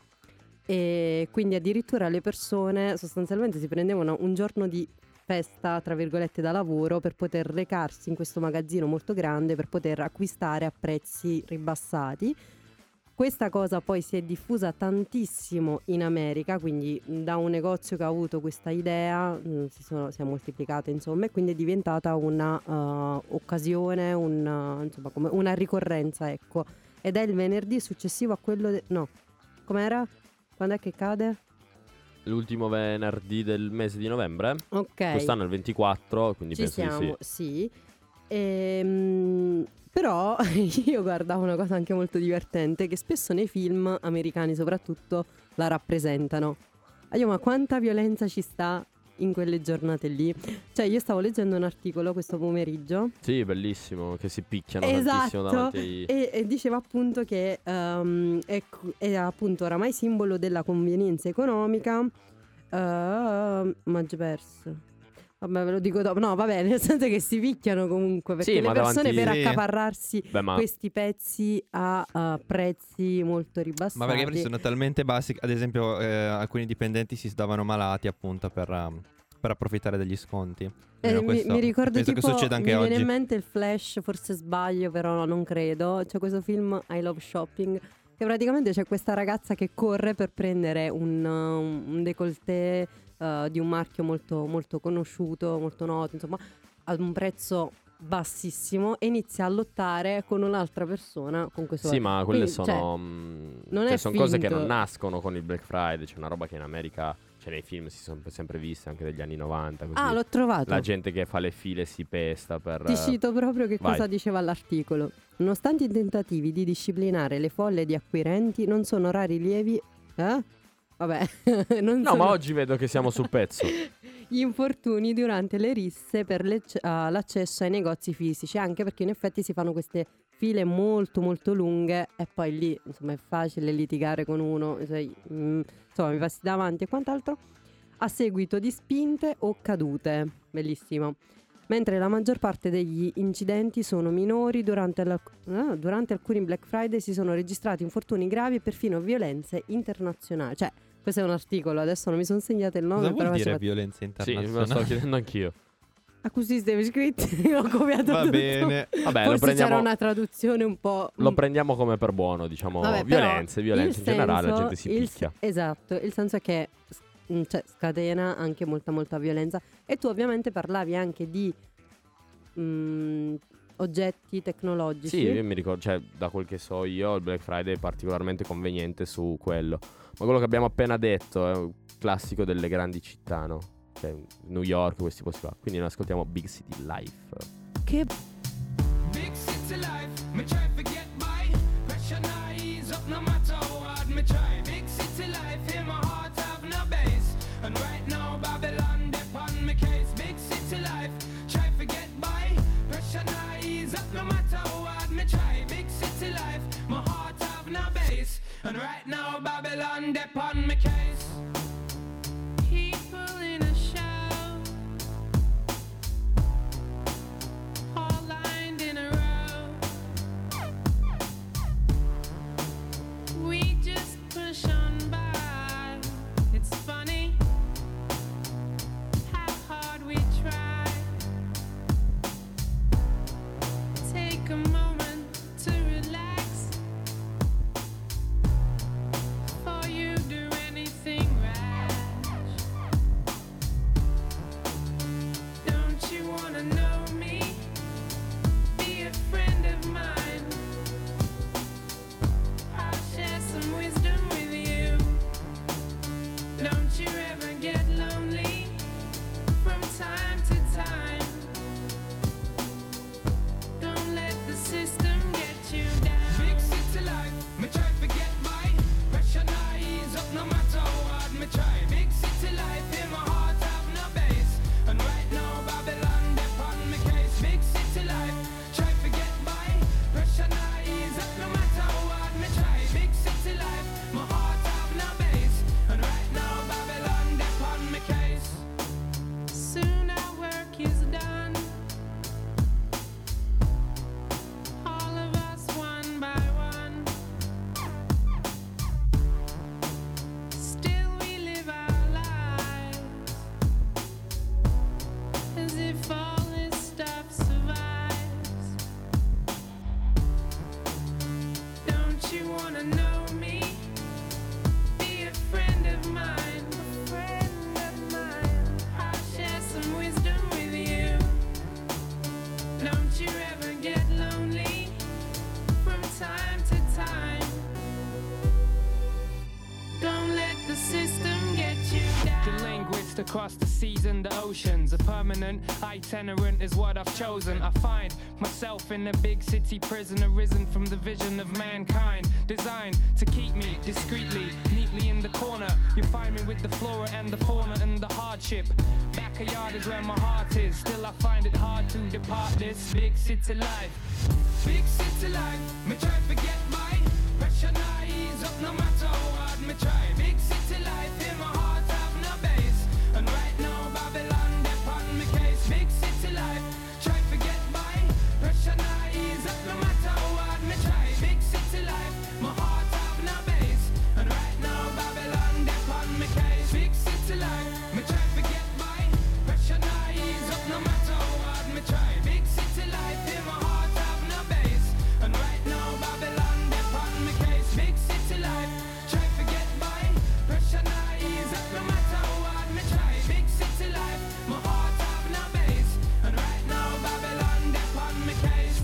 e quindi addirittura le persone sostanzialmente si prendevano un giorno di festa, tra virgolette, da lavoro per poter recarsi in questo magazzino molto grande per poter acquistare a prezzi ribassati. Questa cosa poi si è diffusa tantissimo in America, quindi da un negozio che ha avuto questa idea mh, si, sono, si è moltiplicata, insomma, e quindi è diventata una uh, occasione, una, insomma, come una ricorrenza, ecco. Ed è il venerdì successivo a quello... De- no, com'era? Quando è che cade? l'ultimo venerdì del mese di novembre. Ok. Quest'anno è il ventiquattro, quindi Ci penso di siamo, sì. sì. Ehm, però io guardavo una cosa anche molto divertente, che spesso nei film americani soprattutto la rappresentano. Ah, io, ma quanta violenza ci sta in quelle giornate lì? Cioè, io stavo leggendo un articolo questo pomeriggio. Sì, bellissimo, che si picchiano tantissimo Esatto, davanti ai... e, e diceva appunto che ehm, è, è appunto oramai simbolo della convenienza economica. Uh, ma già perso. Vabbè, ve lo dico dopo. No, va bene, nel senso che si picchiano comunque, perché Sì, le ma persone davanti- per Sì. accaparrarsi Beh, ma questi pezzi a uh, prezzi molto ribassati. Ma perché i prezzi sono talmente bassi, ad esempio eh, alcuni dipendenti si sdavano malati appunto per, um, per approfittare degli sconti. Eh, Almeno mi, questo mi ricordo penso tipo, che succeda anche mi oggi. viene in mente il Flash, forse sbaglio, però non credo. C'è questo film I Love Shopping, che praticamente c'è questa ragazza che corre per prendere un, uh, un décolleté uh, di un marchio molto, molto conosciuto, molto noto, insomma, ad un prezzo bassissimo, e inizia a lottare con un'altra persona con questo. Sì, ma quelle Quindi, sono, cioè, mh, non cioè, è sono cose che finto. non nascono con il Black Friday. C'è una roba che in America, cioè nei film si sono sempre viste anche degli anni novanta. Così. Ah, l'ho trovato. La gente che fa le file si pesta per... Ti cito proprio che vai. cosa diceva l'articolo. Nonostante i tentativi di disciplinare le folle di acquirenti, non sono rari lievi. Eh? Vabbè, non No, sono ma oggi vedo che siamo sul pezzo. gli infortuni durante le risse per le- uh, l'accesso ai negozi fisici, anche perché in effetti si fanno queste file molto molto lunghe e poi lì insomma è facile litigare con uno, cioè, mm, insomma mi passi davanti e quant'altro, a seguito di spinte o cadute. Bellissimo. Mentre la maggior parte degli incidenti sono minori, durante, la, eh, durante alcuni Black Friday si sono registrati infortuni gravi e perfino violenze internazionali. Cioè, questo è un articolo, adesso non mi sono segnato il nome. Cosa vuol però dire faceva- violenza Sì, me internazionale? lo stavo chiedendo anch'io. A così siete iscritti, ho copiato Va tutto. bene. Vabbè, lo Forse prendiamo, c'era una traduzione un po'... lo prendiamo come per buono, diciamo. Vabbè, però violenze, violenze. il In generale la senso- gente si il- picchia. Esatto, il senso è che mm, cioè, scatena anche molta molta violenza. E tu ovviamente parlavi anche di mm, oggetti tecnologici. Sì, io mi ricordo, cioè, da quel che so io, il Black Friday è particolarmente conveniente su quello. Ma quello che abbiamo appena detto è un classico delle grandi città, no? Cioè, New York, questi posti qua. Quindi noi ascoltiamo Big City Life. Che Big city life, me try forget my pressure now ease up no matter what me try. Big city life, in my heart have no base. And right now Babylon dip on me case. Big city life, try forget my pressure now ease up no matter what me try. Big city life, my heart have no base. And right now Babylon dip on me case. People in a show, all lined in a row. We just push on by. It's funny how hard we try. Take a moment to relax. Before you do anything rash. Don't you wanna know me? Be a friend of mine. I'll share some wisdom with you. Don't you ever get lonely from time to time. Don't let the system get you down. Big city life, me try forget my pressure now ease up no matter what me try. Big city life, in my heart have no base. And right now Babylon dip on me case. Big city life, try forget my pressure now ease up no matter what me try. Big city life, my heart have no base. And right now Babylon dip on me case. Soon our work is done. All of us one by one. Still we live our lives as if all this stuff survives. Don't you wanna know me? Be a friend of mine. A friend of mine. I'll share some wisdom with you. Don't you ever get lonely from time to time. Don't let the system get you down. The linguist across the seas and the oceans. A permanent itinerant is what I've chosen. I find myself in a big city prison, arisen from the vision of mankind, designed to keep me discreetly, neatly in the corner. You find me with the flora and the fauna and the hardship. Backyard is where my heart is. Still I find it hard to depart this big city life. Big city life, me try forget my pressure now ease up no matter what me try. Big city life, in my heart have no base. And right now Babylon dip on me case. Big city life, try forget my pressure now ease up no matter what me try. Big city life, my heart have no base. And right now Babylon dip on me case. Big city life, me try forget my pressure now ease up no matter what me try. Big city life, in my heart have no base. And right now Babylon dip on me case. Big city life, try forget my pressure now ease up no matter what me try. Big city life, my heart have no base. And right now Babylon dip on me case.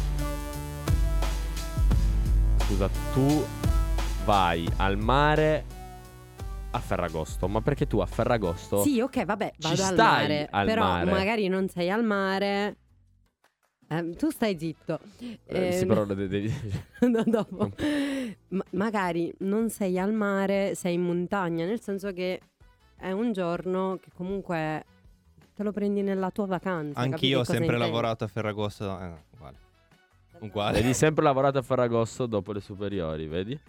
Scusa, tu vai al mare a Ferragosto, ma perché tu a Ferragosto Sì, ok, vabbè, Ci vado al stai mare. al però mare. magari non sei al mare. Eh, tu stai zitto. eh, sì, Ehm, però de- devi... no, dopo. Ma- magari non sei al mare, sei in montagna, nel senso che è un giorno che comunque te lo prendi nella tua vacanza. Anch'io ho capito cosa sempre intendo? lavorato a Ferragosto. Eh, no, uguale. Uguale. Vedi, sempre lavorato a Ferragosto dopo le superiori, vedi?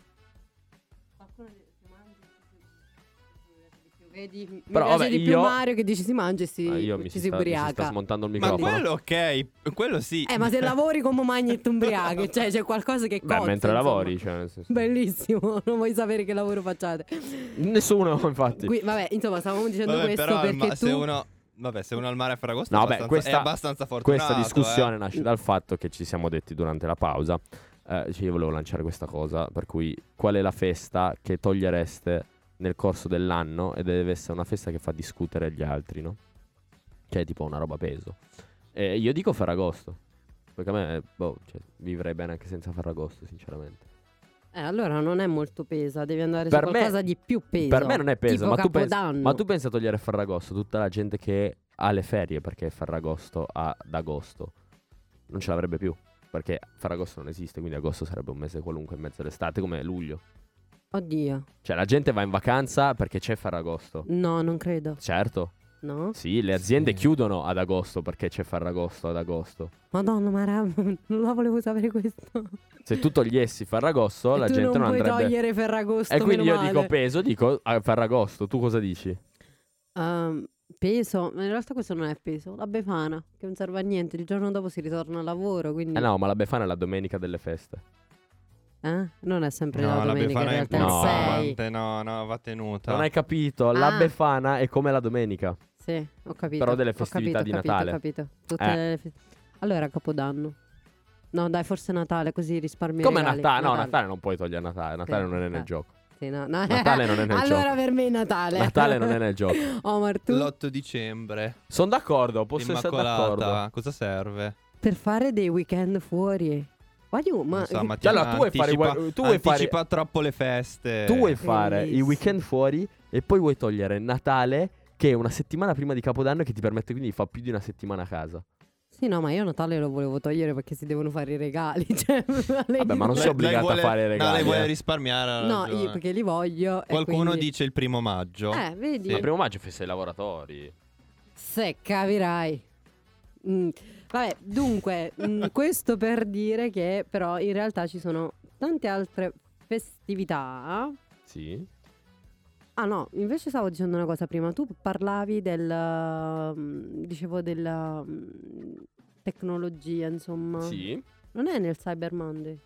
Vedi, mi Però, piace vabbè, di più io- Mario che dici si mangia e si, Ah, io mi ci si, si sta, mi si sta ubriaca. smontando il Ma microfono. quello ok, quello sì. Eh, ma se lavori come magni e ti ubriachi, cioè c'è qualcosa che Beh, cozza, mentre insomma. lavori, cioè, nel senso- Bellissimo, non vuoi sapere che lavoro facciate. Nessuno, infatti. Qui, vabbè, insomma, stavamo dicendo Vabbè, questo però al perché ma- tu se uno Vabbè, se uno al mare a Ferragosto No, è, beh, abbastanza, questa, è abbastanza fortunato. questa discussione eh. nasce dal fatto che ci siamo detti durante la pausa. Eh, cioè io volevo lanciare questa cosa, per cui qual è la festa che togliereste nel corso dell'anno e deve essere una festa che fa discutere gli altri, no? Cioè tipo una roba peso. E io dico Ferragosto, perché a me, boh, cioè, vivrei bene anche senza Ferragosto, sinceramente. Eh, allora non è molto pesa, devi andare Per su me- qualcosa di più peso. Per me non è peso, tipo ma tu, pensi, Capodanno. ma tu pensi a togliere Ferragosto, tutta la gente che ha le ferie perché Ferragosto ad agosto non ce l'avrebbe più, perché Ferragosto non esiste, quindi agosto sarebbe un mese qualunque in mezzo all'estate come luglio. Oddio, Cioè la gente va in vacanza perché c'è Ferragosto. no, non credo. Certo, No? sì, le aziende Sì. chiudono ad agosto perché c'è Ferragosto ad agosto. Madonna, ma ra- non la volevo sapere questo. Se tu togliessi Ferragosto, E la tu gente non non puoi andrebbe. togliere Ferragosto, E quindi meno io dico male. peso, dico a Ferragosto. Tu cosa dici? Ehm, peso, ma in realtà questo non è peso. La Befana, che non serve a niente. Il giorno dopo si ritorna al lavoro, quindi... Eh no, ma la Befana è la domenica delle feste. Eh? Non è sempre No, la la domenica, in Befana è realtà è il No. sei. importante. No, no, va tenuta. Non hai capito? La Ah. Befana è come la domenica. Sì, ho capito. Però delle Ho festività capito, di ho capito, Natale. Ho capito. Tutte Eh. le fest- Allora, Capodanno. No, dai, forse Natale, così risparmio i Come regali. Natale? No, Natale non puoi togliere Natale. Natale Sì, non è nel Natale. gioco. Sì, no, no. Natale non è nel allora gioco. per me è Natale. Natale non è nel gioco. Omar, tu? L'otto dicembre. Sono d'accordo, posso essere d'accordo. Immacolata. Cosa serve? Per fare dei weekend fuori. Why you- ma... Non so, ma Cioè, allora, tu vuoi fare i anticipa, we- tu vuoi fare- anticipa troppo le feste. Tu vuoi fare i Bellissimo. weekend fuori e poi vuoi togliere Natale, che è una settimana prima di Capodanno, e che ti permette quindi di fare più di una settimana a casa. Sì, no, ma io Natale lo volevo togliere perché si devono fare i regali. Cioè, Vabbè, ma non Lei- sei obbligato lei vuole- a fare i No, regali. lei vuole eh. risparmiare. ha No, ragione. io perché li voglio. e Qualcuno quindi- dice il primo maggio. Eh, vedi? Il primo maggio è festa dei lavoratori. Se capirai. Mm, Vabbè, dunque, mm, questo per dire che però in realtà ci sono tante altre festività. Sì. Ah no, invece stavo dicendo una cosa prima. Tu parlavi del... mm, dicevo della mm, tecnologia, insomma. Sì. Non è nel Cyber Monday?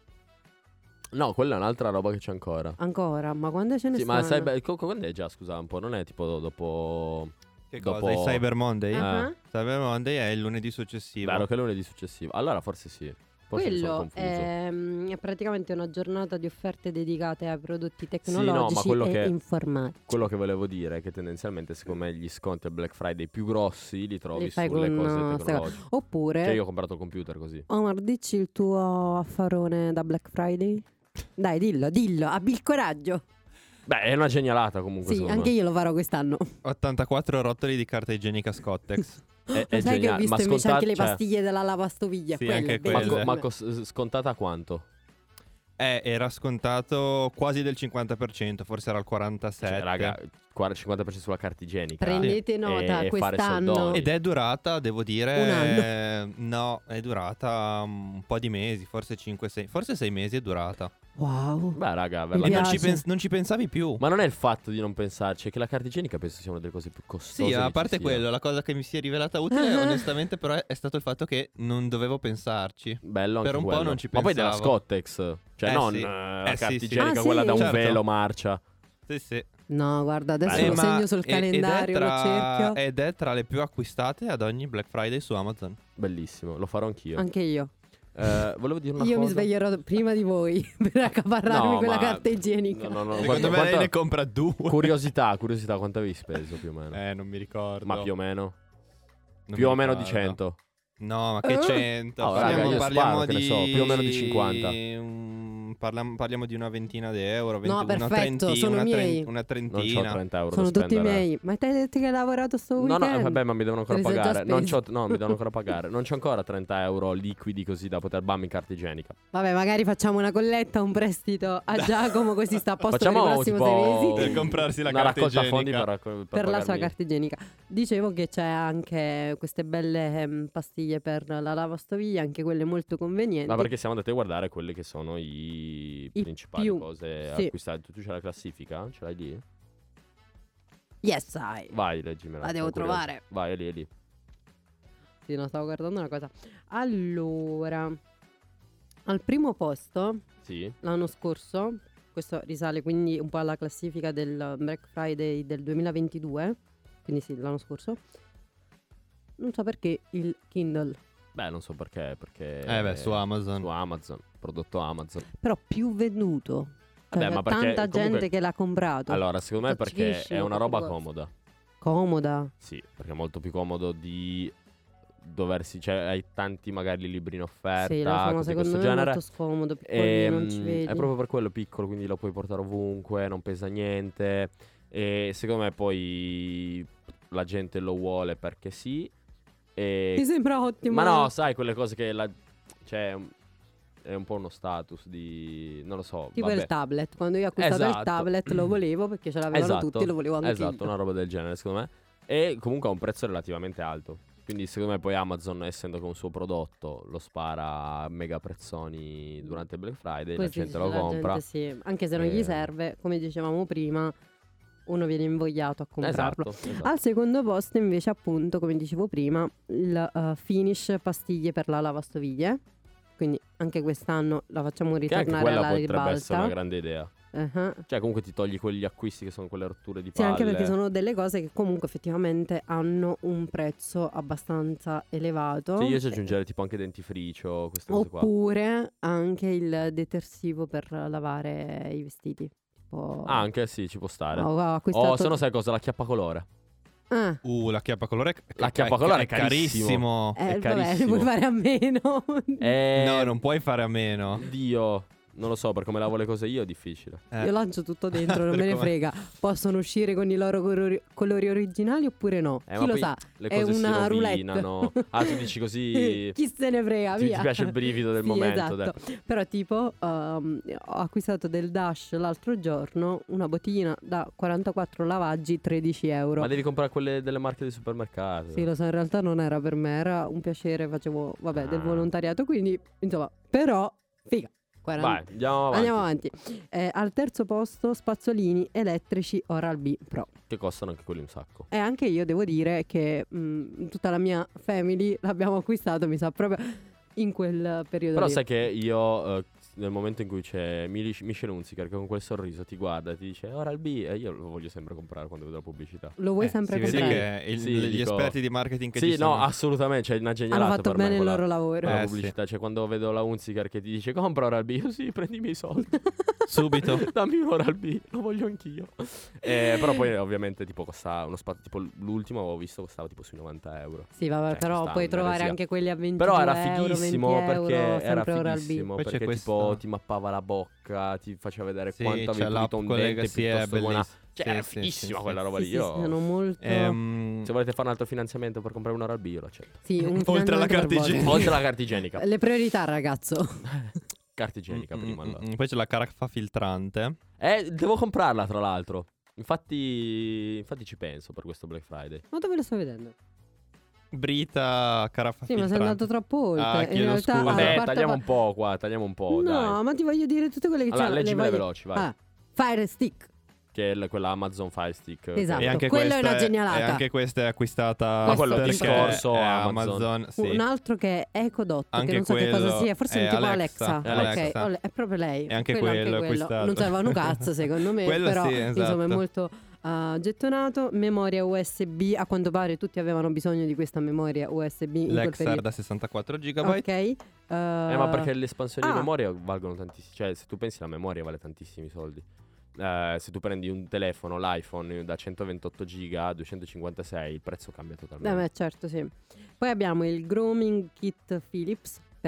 No, quella è un'altra roba che c'è ancora. Ancora? Ma quando ce ne Sì, stanno? ma cyber, co- co- quando è già, scusa un po', non è tipo dopo... Che Dopo- cosa? Il Cyber Monday? Ah. Cyber Monday è il lunedì successivo. Vero che è lunedì successivo. Allora forse sì. Forse mi sono Quello confuso. è, mm, è praticamente una giornata di offerte dedicate a prodotti no, ma tecnologici quello e che- informatici. Quello che volevo dire è che tendenzialmente secondo me gli sconti al Black Friday più grossi li trovi Li fai sulle con, cose uh, tecnologiche. Oppure, Cioè io ho comprato il computer così. Omar, dici il tuo affarone da Black Friday? Dai, dillo, dillo, abbi il coraggio. Beh, è una genialata comunque. Sì, secondo anche me. io lo farò quest'anno. ottantaquattro rotoli di carta igienica Scottex. È, è Sai che ho geniale. visto Ma invece scontat- anche le cioè, pastiglie della lavastoviglie. Sì, quelle, anche Ma, quelle. co- bellissime. ma cos- scontata quanto? Eh, era scontato quasi del cinquanta per cento, forse era il quarantasette. Cioè, raga, quaranta cinquanta per cento sulla carta igienica. Prendete nota, E- e fare quest'anno- soldoni. Ed è durata, devo dire, Un anno. eh, no, è durata um, un po' di mesi, forse cinque sei, forse sei mesi è durata. Wow. Beh, raga, Mi E veramente. non ci, piace. pens- non ci pensavi più. Ma non è il fatto di non pensarci, è che la carta igienica penso sia una delle cose più costose. Sì, che a ci parte sia. quello, la cosa che mi si è rivelata utile, onestamente, però è, è stato il fatto che non dovevo pensarci. Bello anche Per un po' quello. non ci Ma poi della pensavo. Scottex, cioè Eh, non sì. eh, la Eh, carta sì, sì. igienica, Ah, quella sì? da un Certo. velo marcia. Sì, sì. No, guarda, adesso Eh, lo ma- segno sul ed- calendario, ed è lo tra- cerchio. Ed è tra le più acquistate ad ogni Black Friday su Amazon. Bellissimo, lo farò anch'io. Anche io. Eh, volevo dire una Io mi cosa. sveglierò prima di voi per accaparrarmi No, quella ma- carta igienica. No, no, no, Secondo quanto- me lei quanto- ne compra due. Curiosità, curiosità, quanto avevi speso più o meno? Eh, non mi ricordo. Ma più o meno? Non più mi o meno di ricordo. cento. No, ma che Eh? cento? Oh, parliamo raga, io parliamo sparo, che ne di so, più o meno di cinquanta. un parliamo, parliamo di una ventina di euro, venti, No, una, perfetto, trenti- sono una, tre- miei. una Non trentina. c'ho trenta euro Sono da tutti spendere. miei. Ma te hai detto che hai lavorato sto No, weekend? no, vabbè, ma mi devono ancora Te li sei già pagare. Non spesi. c'ho, no, mi devono ancora pagare. Non c'ho ancora trenta euro liquidi così da poter bammi in carta igienica. Vabbè, magari facciamo una colletta, un prestito a Giacomo, così sta a posto Facciamo per i prossimi tipo sei mesi. Per comprarsi la una carta raccolta igienica. fondi per, raccol- per Per la sua pagarmi- carta igienica. Dicevo che c'è anche queste belle ehm, pastiglie per la lavastoviglie, anche quelle molto convenienti. Ma perché siamo andati a guardare quelli che sono i, I principali più, cose sì. acquistate. Tu, tu c'hai la classifica? Ce l'hai lì? Yes, I. Vai, leggimela. La devo sono curioso. trovare. Vai, è lì, è lì. Sì, no, stavo guardando una cosa. Allora, al primo posto, Sì. l'anno scorso, questo risale quindi un po' alla classifica del Black Friday del duemilaventidue, quindi sì, l'anno scorso, non so perché il Kindle, Beh, non so perché, perché... Eh beh, su Amazon. Su Amazon, prodotto Amazon. però più venduto. Cioè, Vabbè, ma perché tanta comunque- gente che l'ha comprato. Allora, secondo me perché è Facilissimo, una roba proprio comoda. Comoda. Sì, perché è molto più comodo di doversi... Cioè, hai tanti magari libri in offerta, Sì, lo fa, ma cose di secondo questo me è genere. molto scomodo, piccolino, non ci Ehm, vedi. È proprio per quello piccolo, quindi lo puoi portare ovunque, non pesa niente. E secondo me poi la gente lo vuole perché sì. E... Mi sembra ottimo. Ma no, sai, quelle cose che la... Cioè, è un po' uno status di... Non lo so. Tipo vabbè. il tablet, quando io ho acquistato il Esatto. tablet lo volevo perché ce l'avevano Esatto, tutti, lo volevo anche Esatto, io. una roba del genere, secondo me. E comunque ha un prezzo relativamente alto. Quindi secondo me poi Amazon, essendo che un suo prodotto lo spara a mega prezzoni durante il Black Friday, la Così gente sì, lo la compra. gente sì. Anche se non gli Eh. serve, come dicevamo prima, uno viene invogliato a comprarlo. Esatto, esatto. Al secondo posto invece appunto, come dicevo prima, il uh, Finish pastiglie per la lavastoviglie. Quindi anche quest'anno la facciamo Che anche ritornare quella alla potrebbe essere una ribalta. grande idea. Uh-huh. Cioè comunque ti togli quegli acquisti che sono quelle rotture di Sì, palle. anche perché sono delle cose che comunque effettivamente hanno un prezzo abbastanza elevato. Sì, io ci aggiungerei tipo anche dentifricio, queste cose qua. Oppure anche il detersivo per lavare i vestiti. Tipo... Ah, anche sì, ci può stare. ho acquistato... Oh, se no sai cosa? La chiappacolore. Ah, Uh, la chiappacolore è, La chiappacolore è carissimo. eh, è vabbè, ne carissimo. puoi fare a meno. Eh, No, non puoi fare a meno. Dio, non lo so, per come lavo le cose io è difficile. Eh. Io lancio tutto dentro, non Per me ne come- frega. Possono uscire con i loro colori, colori originali oppure no? Eh, Chi ma lo poi sa? Le È cose una si roulette. rovinano. Ah, tu dici così... Chi se ne frega, ti, via. ti piace il brivido del Sì, momento. esatto. Però tipo um, ho acquistato del Dash l'altro giorno una bottiglina da quarantaquattro lavaggi, tredici euro. Ma devi comprare quelle delle marche del supermercato. Sì, lo so, in realtà non era per me, era un piacere, facevo, vabbè, del Ah. volontariato, quindi, insomma, però, figa. quaranta Vai, andiamo avanti. Andiamo avanti. Eh, al terzo posto, spazzolini elettrici Oral-B Pro. Che costano anche quelli un sacco. E anche io devo dire che mh, tutta la mia family l'abbiamo acquistato, mi sa, proprio in quel periodo Però lì. sai che io, eh, nel momento in cui c'è Mili- Michel Hunziker che con quel sorriso ti guarda e ti dice Oral B, e io lo voglio sempre comprare quando vedo la pubblicità. Lo vuoi Eh, sempre si vede comprare? che il- Sì, gli dico- esperti di marketing che Sì, ci no, sono. assolutamente, c'è una genialata Hanno fatto per me bene il quella- loro lavoro. quella Eh, pubblicità, cioè quando vedo la Hunziker che ti dice compra Oral B, io sì, prendi i miei soldi. Subito. Dammi un Oral B, lo voglio anch'io. Eh, però poi ovviamente tipo costa uno spazio, tipo l'ultimo avevo visto costava tipo sui novanta euro. Sì, vabbè, Eh, però sta puoi una trovare eresia. anche quelli a venti Però era euro, fighissimo venti perché euro, era sempre Oral-B. fighissimo Poi c'è perché tipo questo- ti mappava la bocca, ti faceva vedere Sì, quanto c'è avevi l'app pulito un con le dente P E, piuttosto che una... bellissimo. Cioè Sì, era sì, fighissima sì, quella sì. roba Sì, lì. sì, Io... sono molto... Ehm, Se volete fare un altro finanziamento per comprare un Oral B, io lo accetto. Sì, un Oltre alla finanziamento per carta voi. igienica. Oltre alla carta igienica. Le priorità, ragazzo. Carta igienica mm, prima mm, allora. mm, Poi c'è la caraffa filtrante. Eh, devo comprarla tra l'altro. Infatti, infatti ci penso per questo Black Friday. Ma dove lo sto vedendo? Brita caraffa Sì, ma sei filtrante. andato troppo oltre. Ah, In chiedo realtà, scusa. alla Vabbè, quarta tagliamo pa- un po' qua, tagliamo un po', No, dai. ma ti voglio dire tutte quelle che Allora, c'hanno. le leggimele voglio- veloci, vai. Ah, Fire Stick. Che è l- quella Amazon Fire Stick. Esatto. E anche Quello è questa una genialata. E anche questa è acquistata Ma quello perché discorso è Amazon. Amazon, sì. Un altro che è Ecodot, che Anche non so che cosa quello sia, forse è un è tipo Alexa. Alexa. È Ok, Alexa. oh, è proprio lei. E anche Quello, quello acquistato. Non servono un cazzo secondo me, Quello però sì, insomma è esatto. molto uh, gettonato. Memoria U S B, a quanto pare tutti avevano bisogno di questa memoria U S B in quel L'Exar periodo. da sessantaquattro giga. Ok. uh, Eh, ma perché le espansioni ah. di memoria valgono tantissimo. Cioè, se tu pensi la memoria vale tantissimi soldi. Eh, se tu prendi un telefono, l'iPhone da centoventotto giga a duecentocinquantasei, il prezzo cambia Beh, totalmente. beh, certo, sì. Poi abbiamo il Grooming Kit Philips per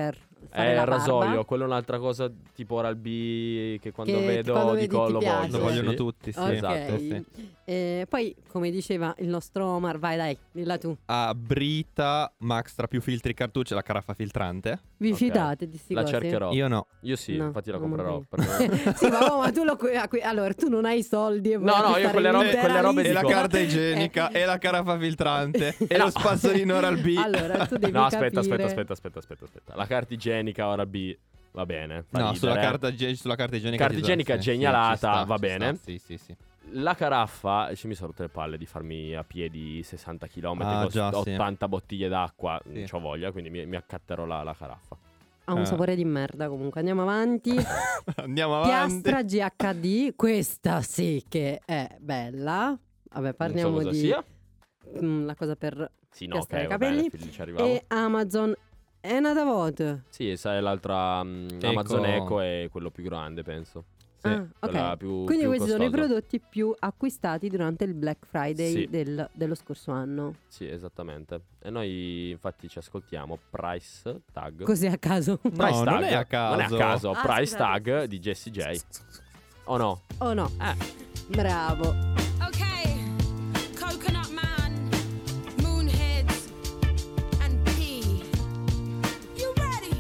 fare Eh, la il rasoio, barba. quello è un'altra cosa tipo Oral-B che quando Che vedo quando vedi dico ti lo piace. voglio. Lo vogliono sì. tutti, sì. Ok. Esatto, sì. E poi, come diceva il nostro Omar, vai dai, dilla tu. A Brita Max tra più filtri e cartucce la caraffa filtrante. Vi Ok. fidate di sti La cosi? cercherò. Io no. Io sì, No, infatti la non comprerò. mi- perché- Sì, ma, oh, ma tu lo acqui- allora tu non hai i soldi e vuoi No, no, io acquistare quelle robe- l'intera quelle robe E la dico- lista. carta igienica, Eh. e la caraffa filtrante, e No. lo spazzolino Oral-B. Allora, tu devi No, aspetta, capire. aspetta, aspetta, aspetta, aspetta, aspetta. La carta igienica Oral-B va bene. fa No, ridere. sulla carta, ge- sulla carta igienica. Carta ci sta, igienica sì, sì, genialata, ci sta, va ci bene. sta, Sì, sì, sì. La caraffa, ci mi sono rotte le palle di farmi a piedi sessanta chilometri Ah, con già, sì. ottanta bottiglie d'acqua. Sì. Non c'ho voglia, quindi mi, mi accatterò la, la caraffa. Ha un Eh. sapore di merda comunque. Andiamo avanti. Andiamo avanti. Piastra G H D, questa sì che è bella. Vabbè, parliamo non so cosa di sia. mm, la cosa per Sì, no, ok, piastrare i va bene, capelli. lì ci arrivavo. E Amazon è una da voto. Sì, sai l'altra mm, Eco. Amazon Echo è quello più grande, penso. Sì. Ah, Quella ok. più- Quindi più questi sono i costosa. prodotti più acquistati durante il Black Friday Sì. del- dello scorso anno. Sì, esattamente. E noi infatti ci ascoltiamo Price Tag. Così a caso. No, Price non Tag. è a caso. Non è a caso. Ah, Price scusate. Tag di Jessie J. O no? Oh no. Eh. Bravo. Okay, Coconut Man, Moonheads, and P. You ready?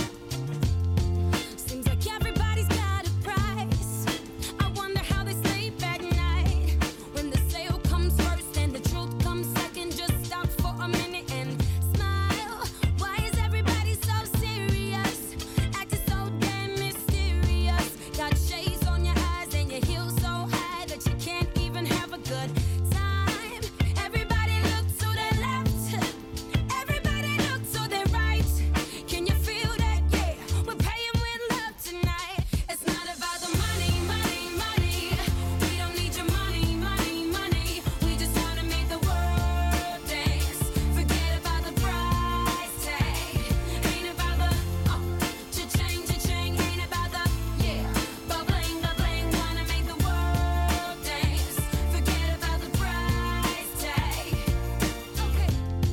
Seems like everybody's got a price. I wonder how they sleep at night. When the sale comes first and the truth comes second, just stop for a minute and smile. Why is everybody so serious? Acting so damn mysterious. Got shades on your eyes and your heels so high that you can't even have a good time. Everybody look to their left. Everybody look to their right. Can you feel that? Yeah, we're paying with love tonight. It's not about the money, money, money. We don't need your money, money, money. We just wanna make the world dance. Forget about the price tag. Ain't about the oh, cha-ching, cha-ching. Ain't about the yeah, ba-bling, ba-bling. Wanna make the world dance. Forget about the price tag. Okay.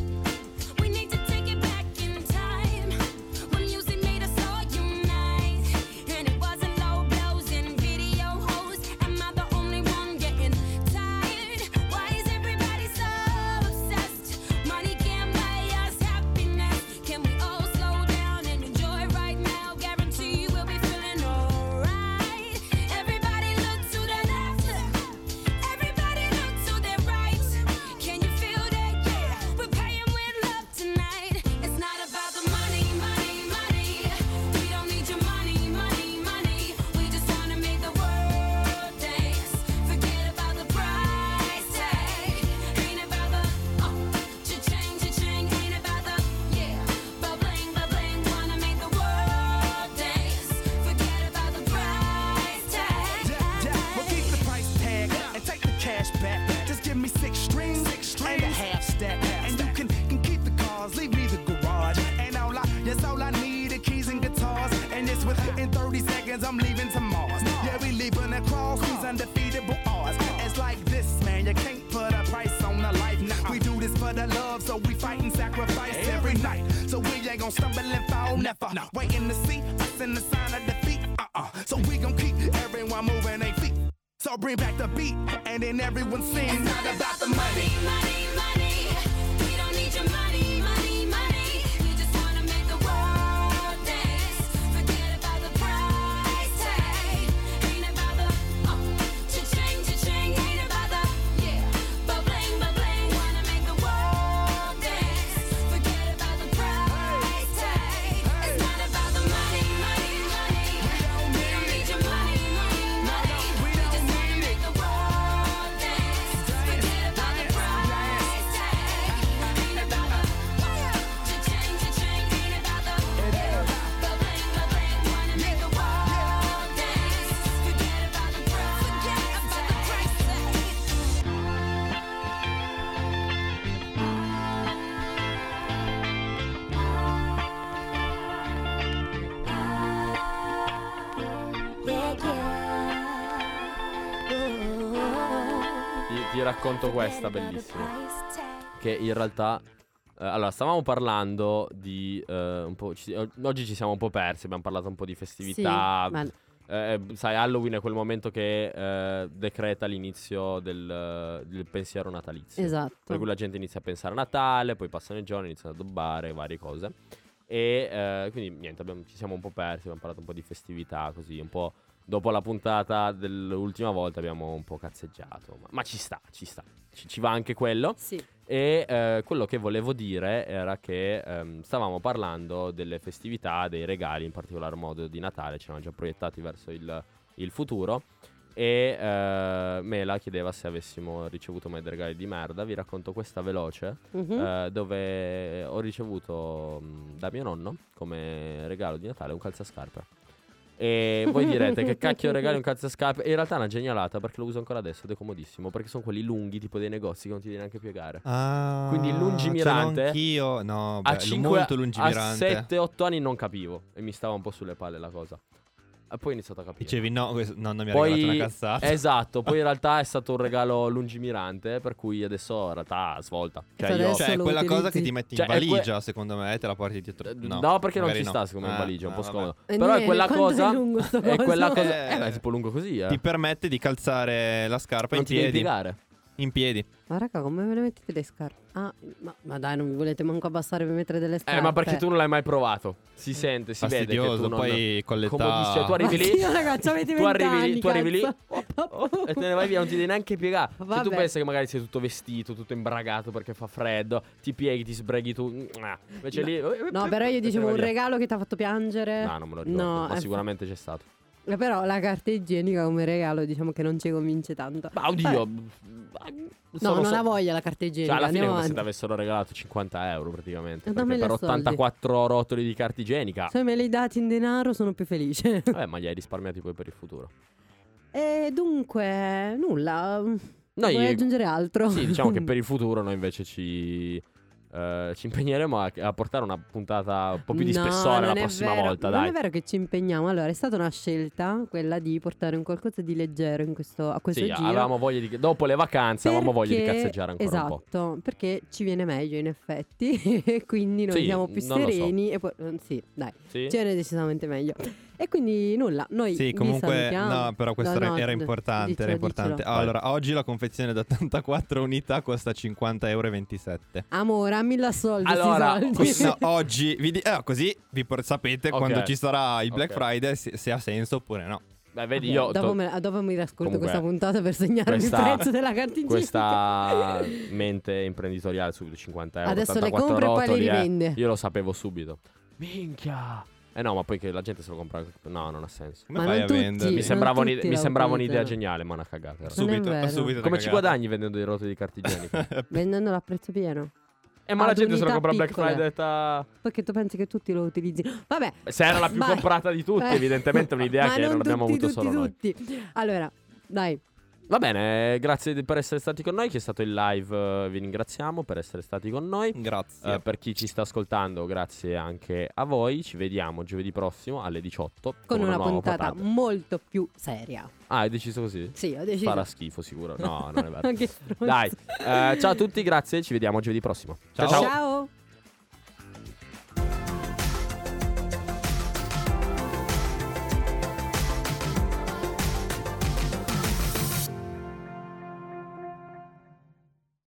We need to take it back in time when music made us all unite, and it wasn't low blows and video hoes. Am I the only one getting tired? Why is everybody so obsessed? Money can't buy us happiness. Can we all slow down and enjoy right now? Guarantee we'll be feeling alright. Everybody look to the left. Everybody look to their right. Can you feel that? Yeah, we're paying with love tonight. It's not about the money, money, money. We don't need your money, money, money. We just wanna make the world dance. Forget about the price tag. Ain't about the oh, cha-ching, cha-ching. Ain't about the yeah, ba-bling, ba-bling. Wanna make the world dance. Forget about the price tag. Well, keep the price tag and take the cash back. Just give me six strings, and a half stack. And you can, can keep the cars, leave me the garage. And all I, yes, all I need are keys and guitars. And it's within thirty seconds, I'm leaving to Mars. Yeah, we leaving across these undefeatable odds. It's like this, man, you can't put a price on a life. Now we do this for the love, so we fight and sacrifice every night. So we ain't gonna stumble and fall, never. Waiting to see us in the sign of defeat. Uh-uh. So we gon' keep everyone moving their feet. So bring back the beat, and then everyone sings. It's not about the money, money, money. We don't need your money, money, money. We just wanna make the world dance. Forget about the price tag. Ain't about the oh, cha-ching, cha-ching. Ain't about the yeah, ba-bling, ba-bling. Wanna make the world dance. Forget about the price tag. It's not about the money, money, money. We don't need your money, money, money. We just wanna make the world dance. Forget about the price tag. Ain't about the cha-ching, cha-ching. Ain't about the yeah, ba-bling, ba-bling. Wanna make the world dance. Forget about the price tag. Ti, ti racconto questa bellissima. Che in realtà Eh, allora, stavamo parlando di eh, un po'. Ci, oggi ci siamo un po' persi. Abbiamo parlato un po' di festività. Sì, ma- Eh, sai, Halloween è quel momento che eh, decreta l'inizio del, del pensiero natalizio. Esatto. Per cui la gente inizia a pensare a Natale, poi passano i giorni, iniziano ad addobbare varie cose. E eh, quindi niente, abbiamo, ci siamo un po' persi, abbiamo parlato un po' di festività, così un po'. Dopo la puntata dell'ultima volta abbiamo un po' cazzeggiato. Ma, ma ci sta, ci sta. Ci, ci va anche quello. Sì. E eh, quello che volevo dire era che ehm, stavamo parlando delle festività, dei regali, in particolar modo di Natale, ci eravamo già proiettati verso il, il futuro. E eh, Mela chiedeva se avessimo ricevuto mai dei regali di merda. Vi racconto questa veloce, Mhm. eh, dove ho ricevuto mh, da mio nonno come regalo di Natale un calzascarpe. E voi direte che cacchio regali un calzascarpe? In realtà è una genialata, perché lo uso ancora adesso ed è comodissimo, perché sono quelli lunghi, tipo dei negozi che non ti devi neanche piegare. Ah, Quindi lungimirante. ce l'ho anch'io. No, A beh, cinque, molto a lungimirante. sette otto anni non capivo e mi stava un po' sulle palle la cosa. E poi ho iniziato a capire. Dicevi no, questo- nonno mi ha Poi, regalato una cazzata. esatto, poi in realtà è stato un regalo lungimirante, per cui adesso in realtà svolta. Cioè, io, Adesso Cioè, è lo quella cosa utilizzi. che ti metti Cioè, in è que- valigia, secondo me, te la porti dietro. no, No, perché non magari ci no. sta secondo me in Ah, valigia, è un po' ah, vabbè. scomodo. E Però è niente, quella quanto cosa è lungo sto è quella coso? cosa Eh, eh, beh, è tipo lungo così, eh. Ti permette di calzare la scarpa Non in ti devi piedi. piegare. In piedi. Ma raga, come ve le mettete le scarpe? Ah, ma, ma dai, non vi volete manco abbassare per mettere delle scarpe? Eh, ma perché tu non l'hai mai provato. Si sente, si vede che tu Fastidioso, non poi con l'età. comodissimo. Tu arrivi Ma lì, sì, ragazzi, avete tu arrivi lì, vent'anni, tu arrivi lì cazzo. oh, e te ne vai via, non ti devi neanche piegare. Se tu Vabbè. pensi che magari sei tutto vestito, tutto imbragato perché fa freddo, ti pieghi, ti sbreghi tu. ah, Invece lì No, però io e te ne dicevo vai un via. regalo che ti ha fatto piangere. No, non me lo ricordo, No, ma eh, sicuramente c'è stato. eh, Però la carta igienica come regalo diciamo che non ci convince tanto. Ma oddio. No, non la voglio la carta igienica. Cioè, alla fine è andiamo come se avanti. ti avessero regalato cinquanta euro praticamente. E dammi Perché per le soldi. ottantaquattro rotoli di carta igienica. Se me li hai dati in denaro sono più felice. Vabbè, ma li hai risparmiati poi per il futuro. E dunque, nulla. Noi- Vuoi aggiungere altro? Sì, diciamo che per il futuro noi invece ci, eh, ci impegneremo a, a portare una puntata un po' più di No, spessore la non è prossima vero. volta, Non dai. è vero che ci impegniamo. Allora, è stata una scelta quella di portare un qualcosa di leggero in questo, a questo Sì, giro. avevamo voglia di dopo le vacanze avevamo voglia di Perché- cazzeggiare ancora un po'. Esatto, perché ci viene meglio in effetti. E quindi noi Sì, siamo più non lo so. sereni e poi mm, sì, dai, Sì? ci viene decisamente meglio. E quindi nulla, noi Sì, vi comunque, salutiamo. no, però questo No, era, no, era d- importante, diccelo, era importante. diccelo. Allora, oggi la confezione da ottantaquattro unità costa cinquanta euro e ventisette. Amore, dammi la soldi, Allora, sti soldi. Quindi, no, oggi vi di- eh, così vi por- sapete Ok. quando ci sarà il Black Ok. Friday se, se ha senso oppure no. Beh, vedi, Ok, io dopo, to- me- dopo mi riascolto Comunque, questa puntata per segnarmi questa- il prezzo della carta igienica. questa mente imprenditoriale subito cinquanta euro. Adesso le ottantaquattro compra e poi le rotoli, eh. rivende. Io lo sapevo subito. Minchia. Eh no, ma poi che la gente se lo compra. No, non ha senso. Come Ma fai non a tutti- venderli? Mi non sembrava, un'ide- tutti mi la sembrava un'idea utilizzano. geniale, ma una cagata. era. Non è Subito, vero. subito Come una ci cagata. guadagni vendendo dei rotoli di carta igienica? Vendendolo a prezzo pieno. Eh, ma la Ad gente se lo unità compra Black piccole. Friday. Ta... Perché tu pensi che tutti lo utilizzino? Vabbè. Se era la più vai. comprata di tutti, Eh. evidentemente è un'idea Ma che non abbiamo tutti, avuto tutti, solo noi. tutti. Allora, dai. Va bene, grazie di- per essere stati con noi. Chi è stato in live, eh, vi ringraziamo per essere stati con noi. Grazie. Eh, per chi ci sta ascoltando, grazie anche a voi. Ci vediamo giovedì prossimo alle diciotto Con una nuova puntata molto più seria. Ah, hai deciso così? Sì, ho deciso. Farà schifo sicuro. No, non è vero. Che stronzo. Dai, eh, ciao a tutti, grazie. Ci vediamo giovedì prossimo. Ciao. ciao. Ciao.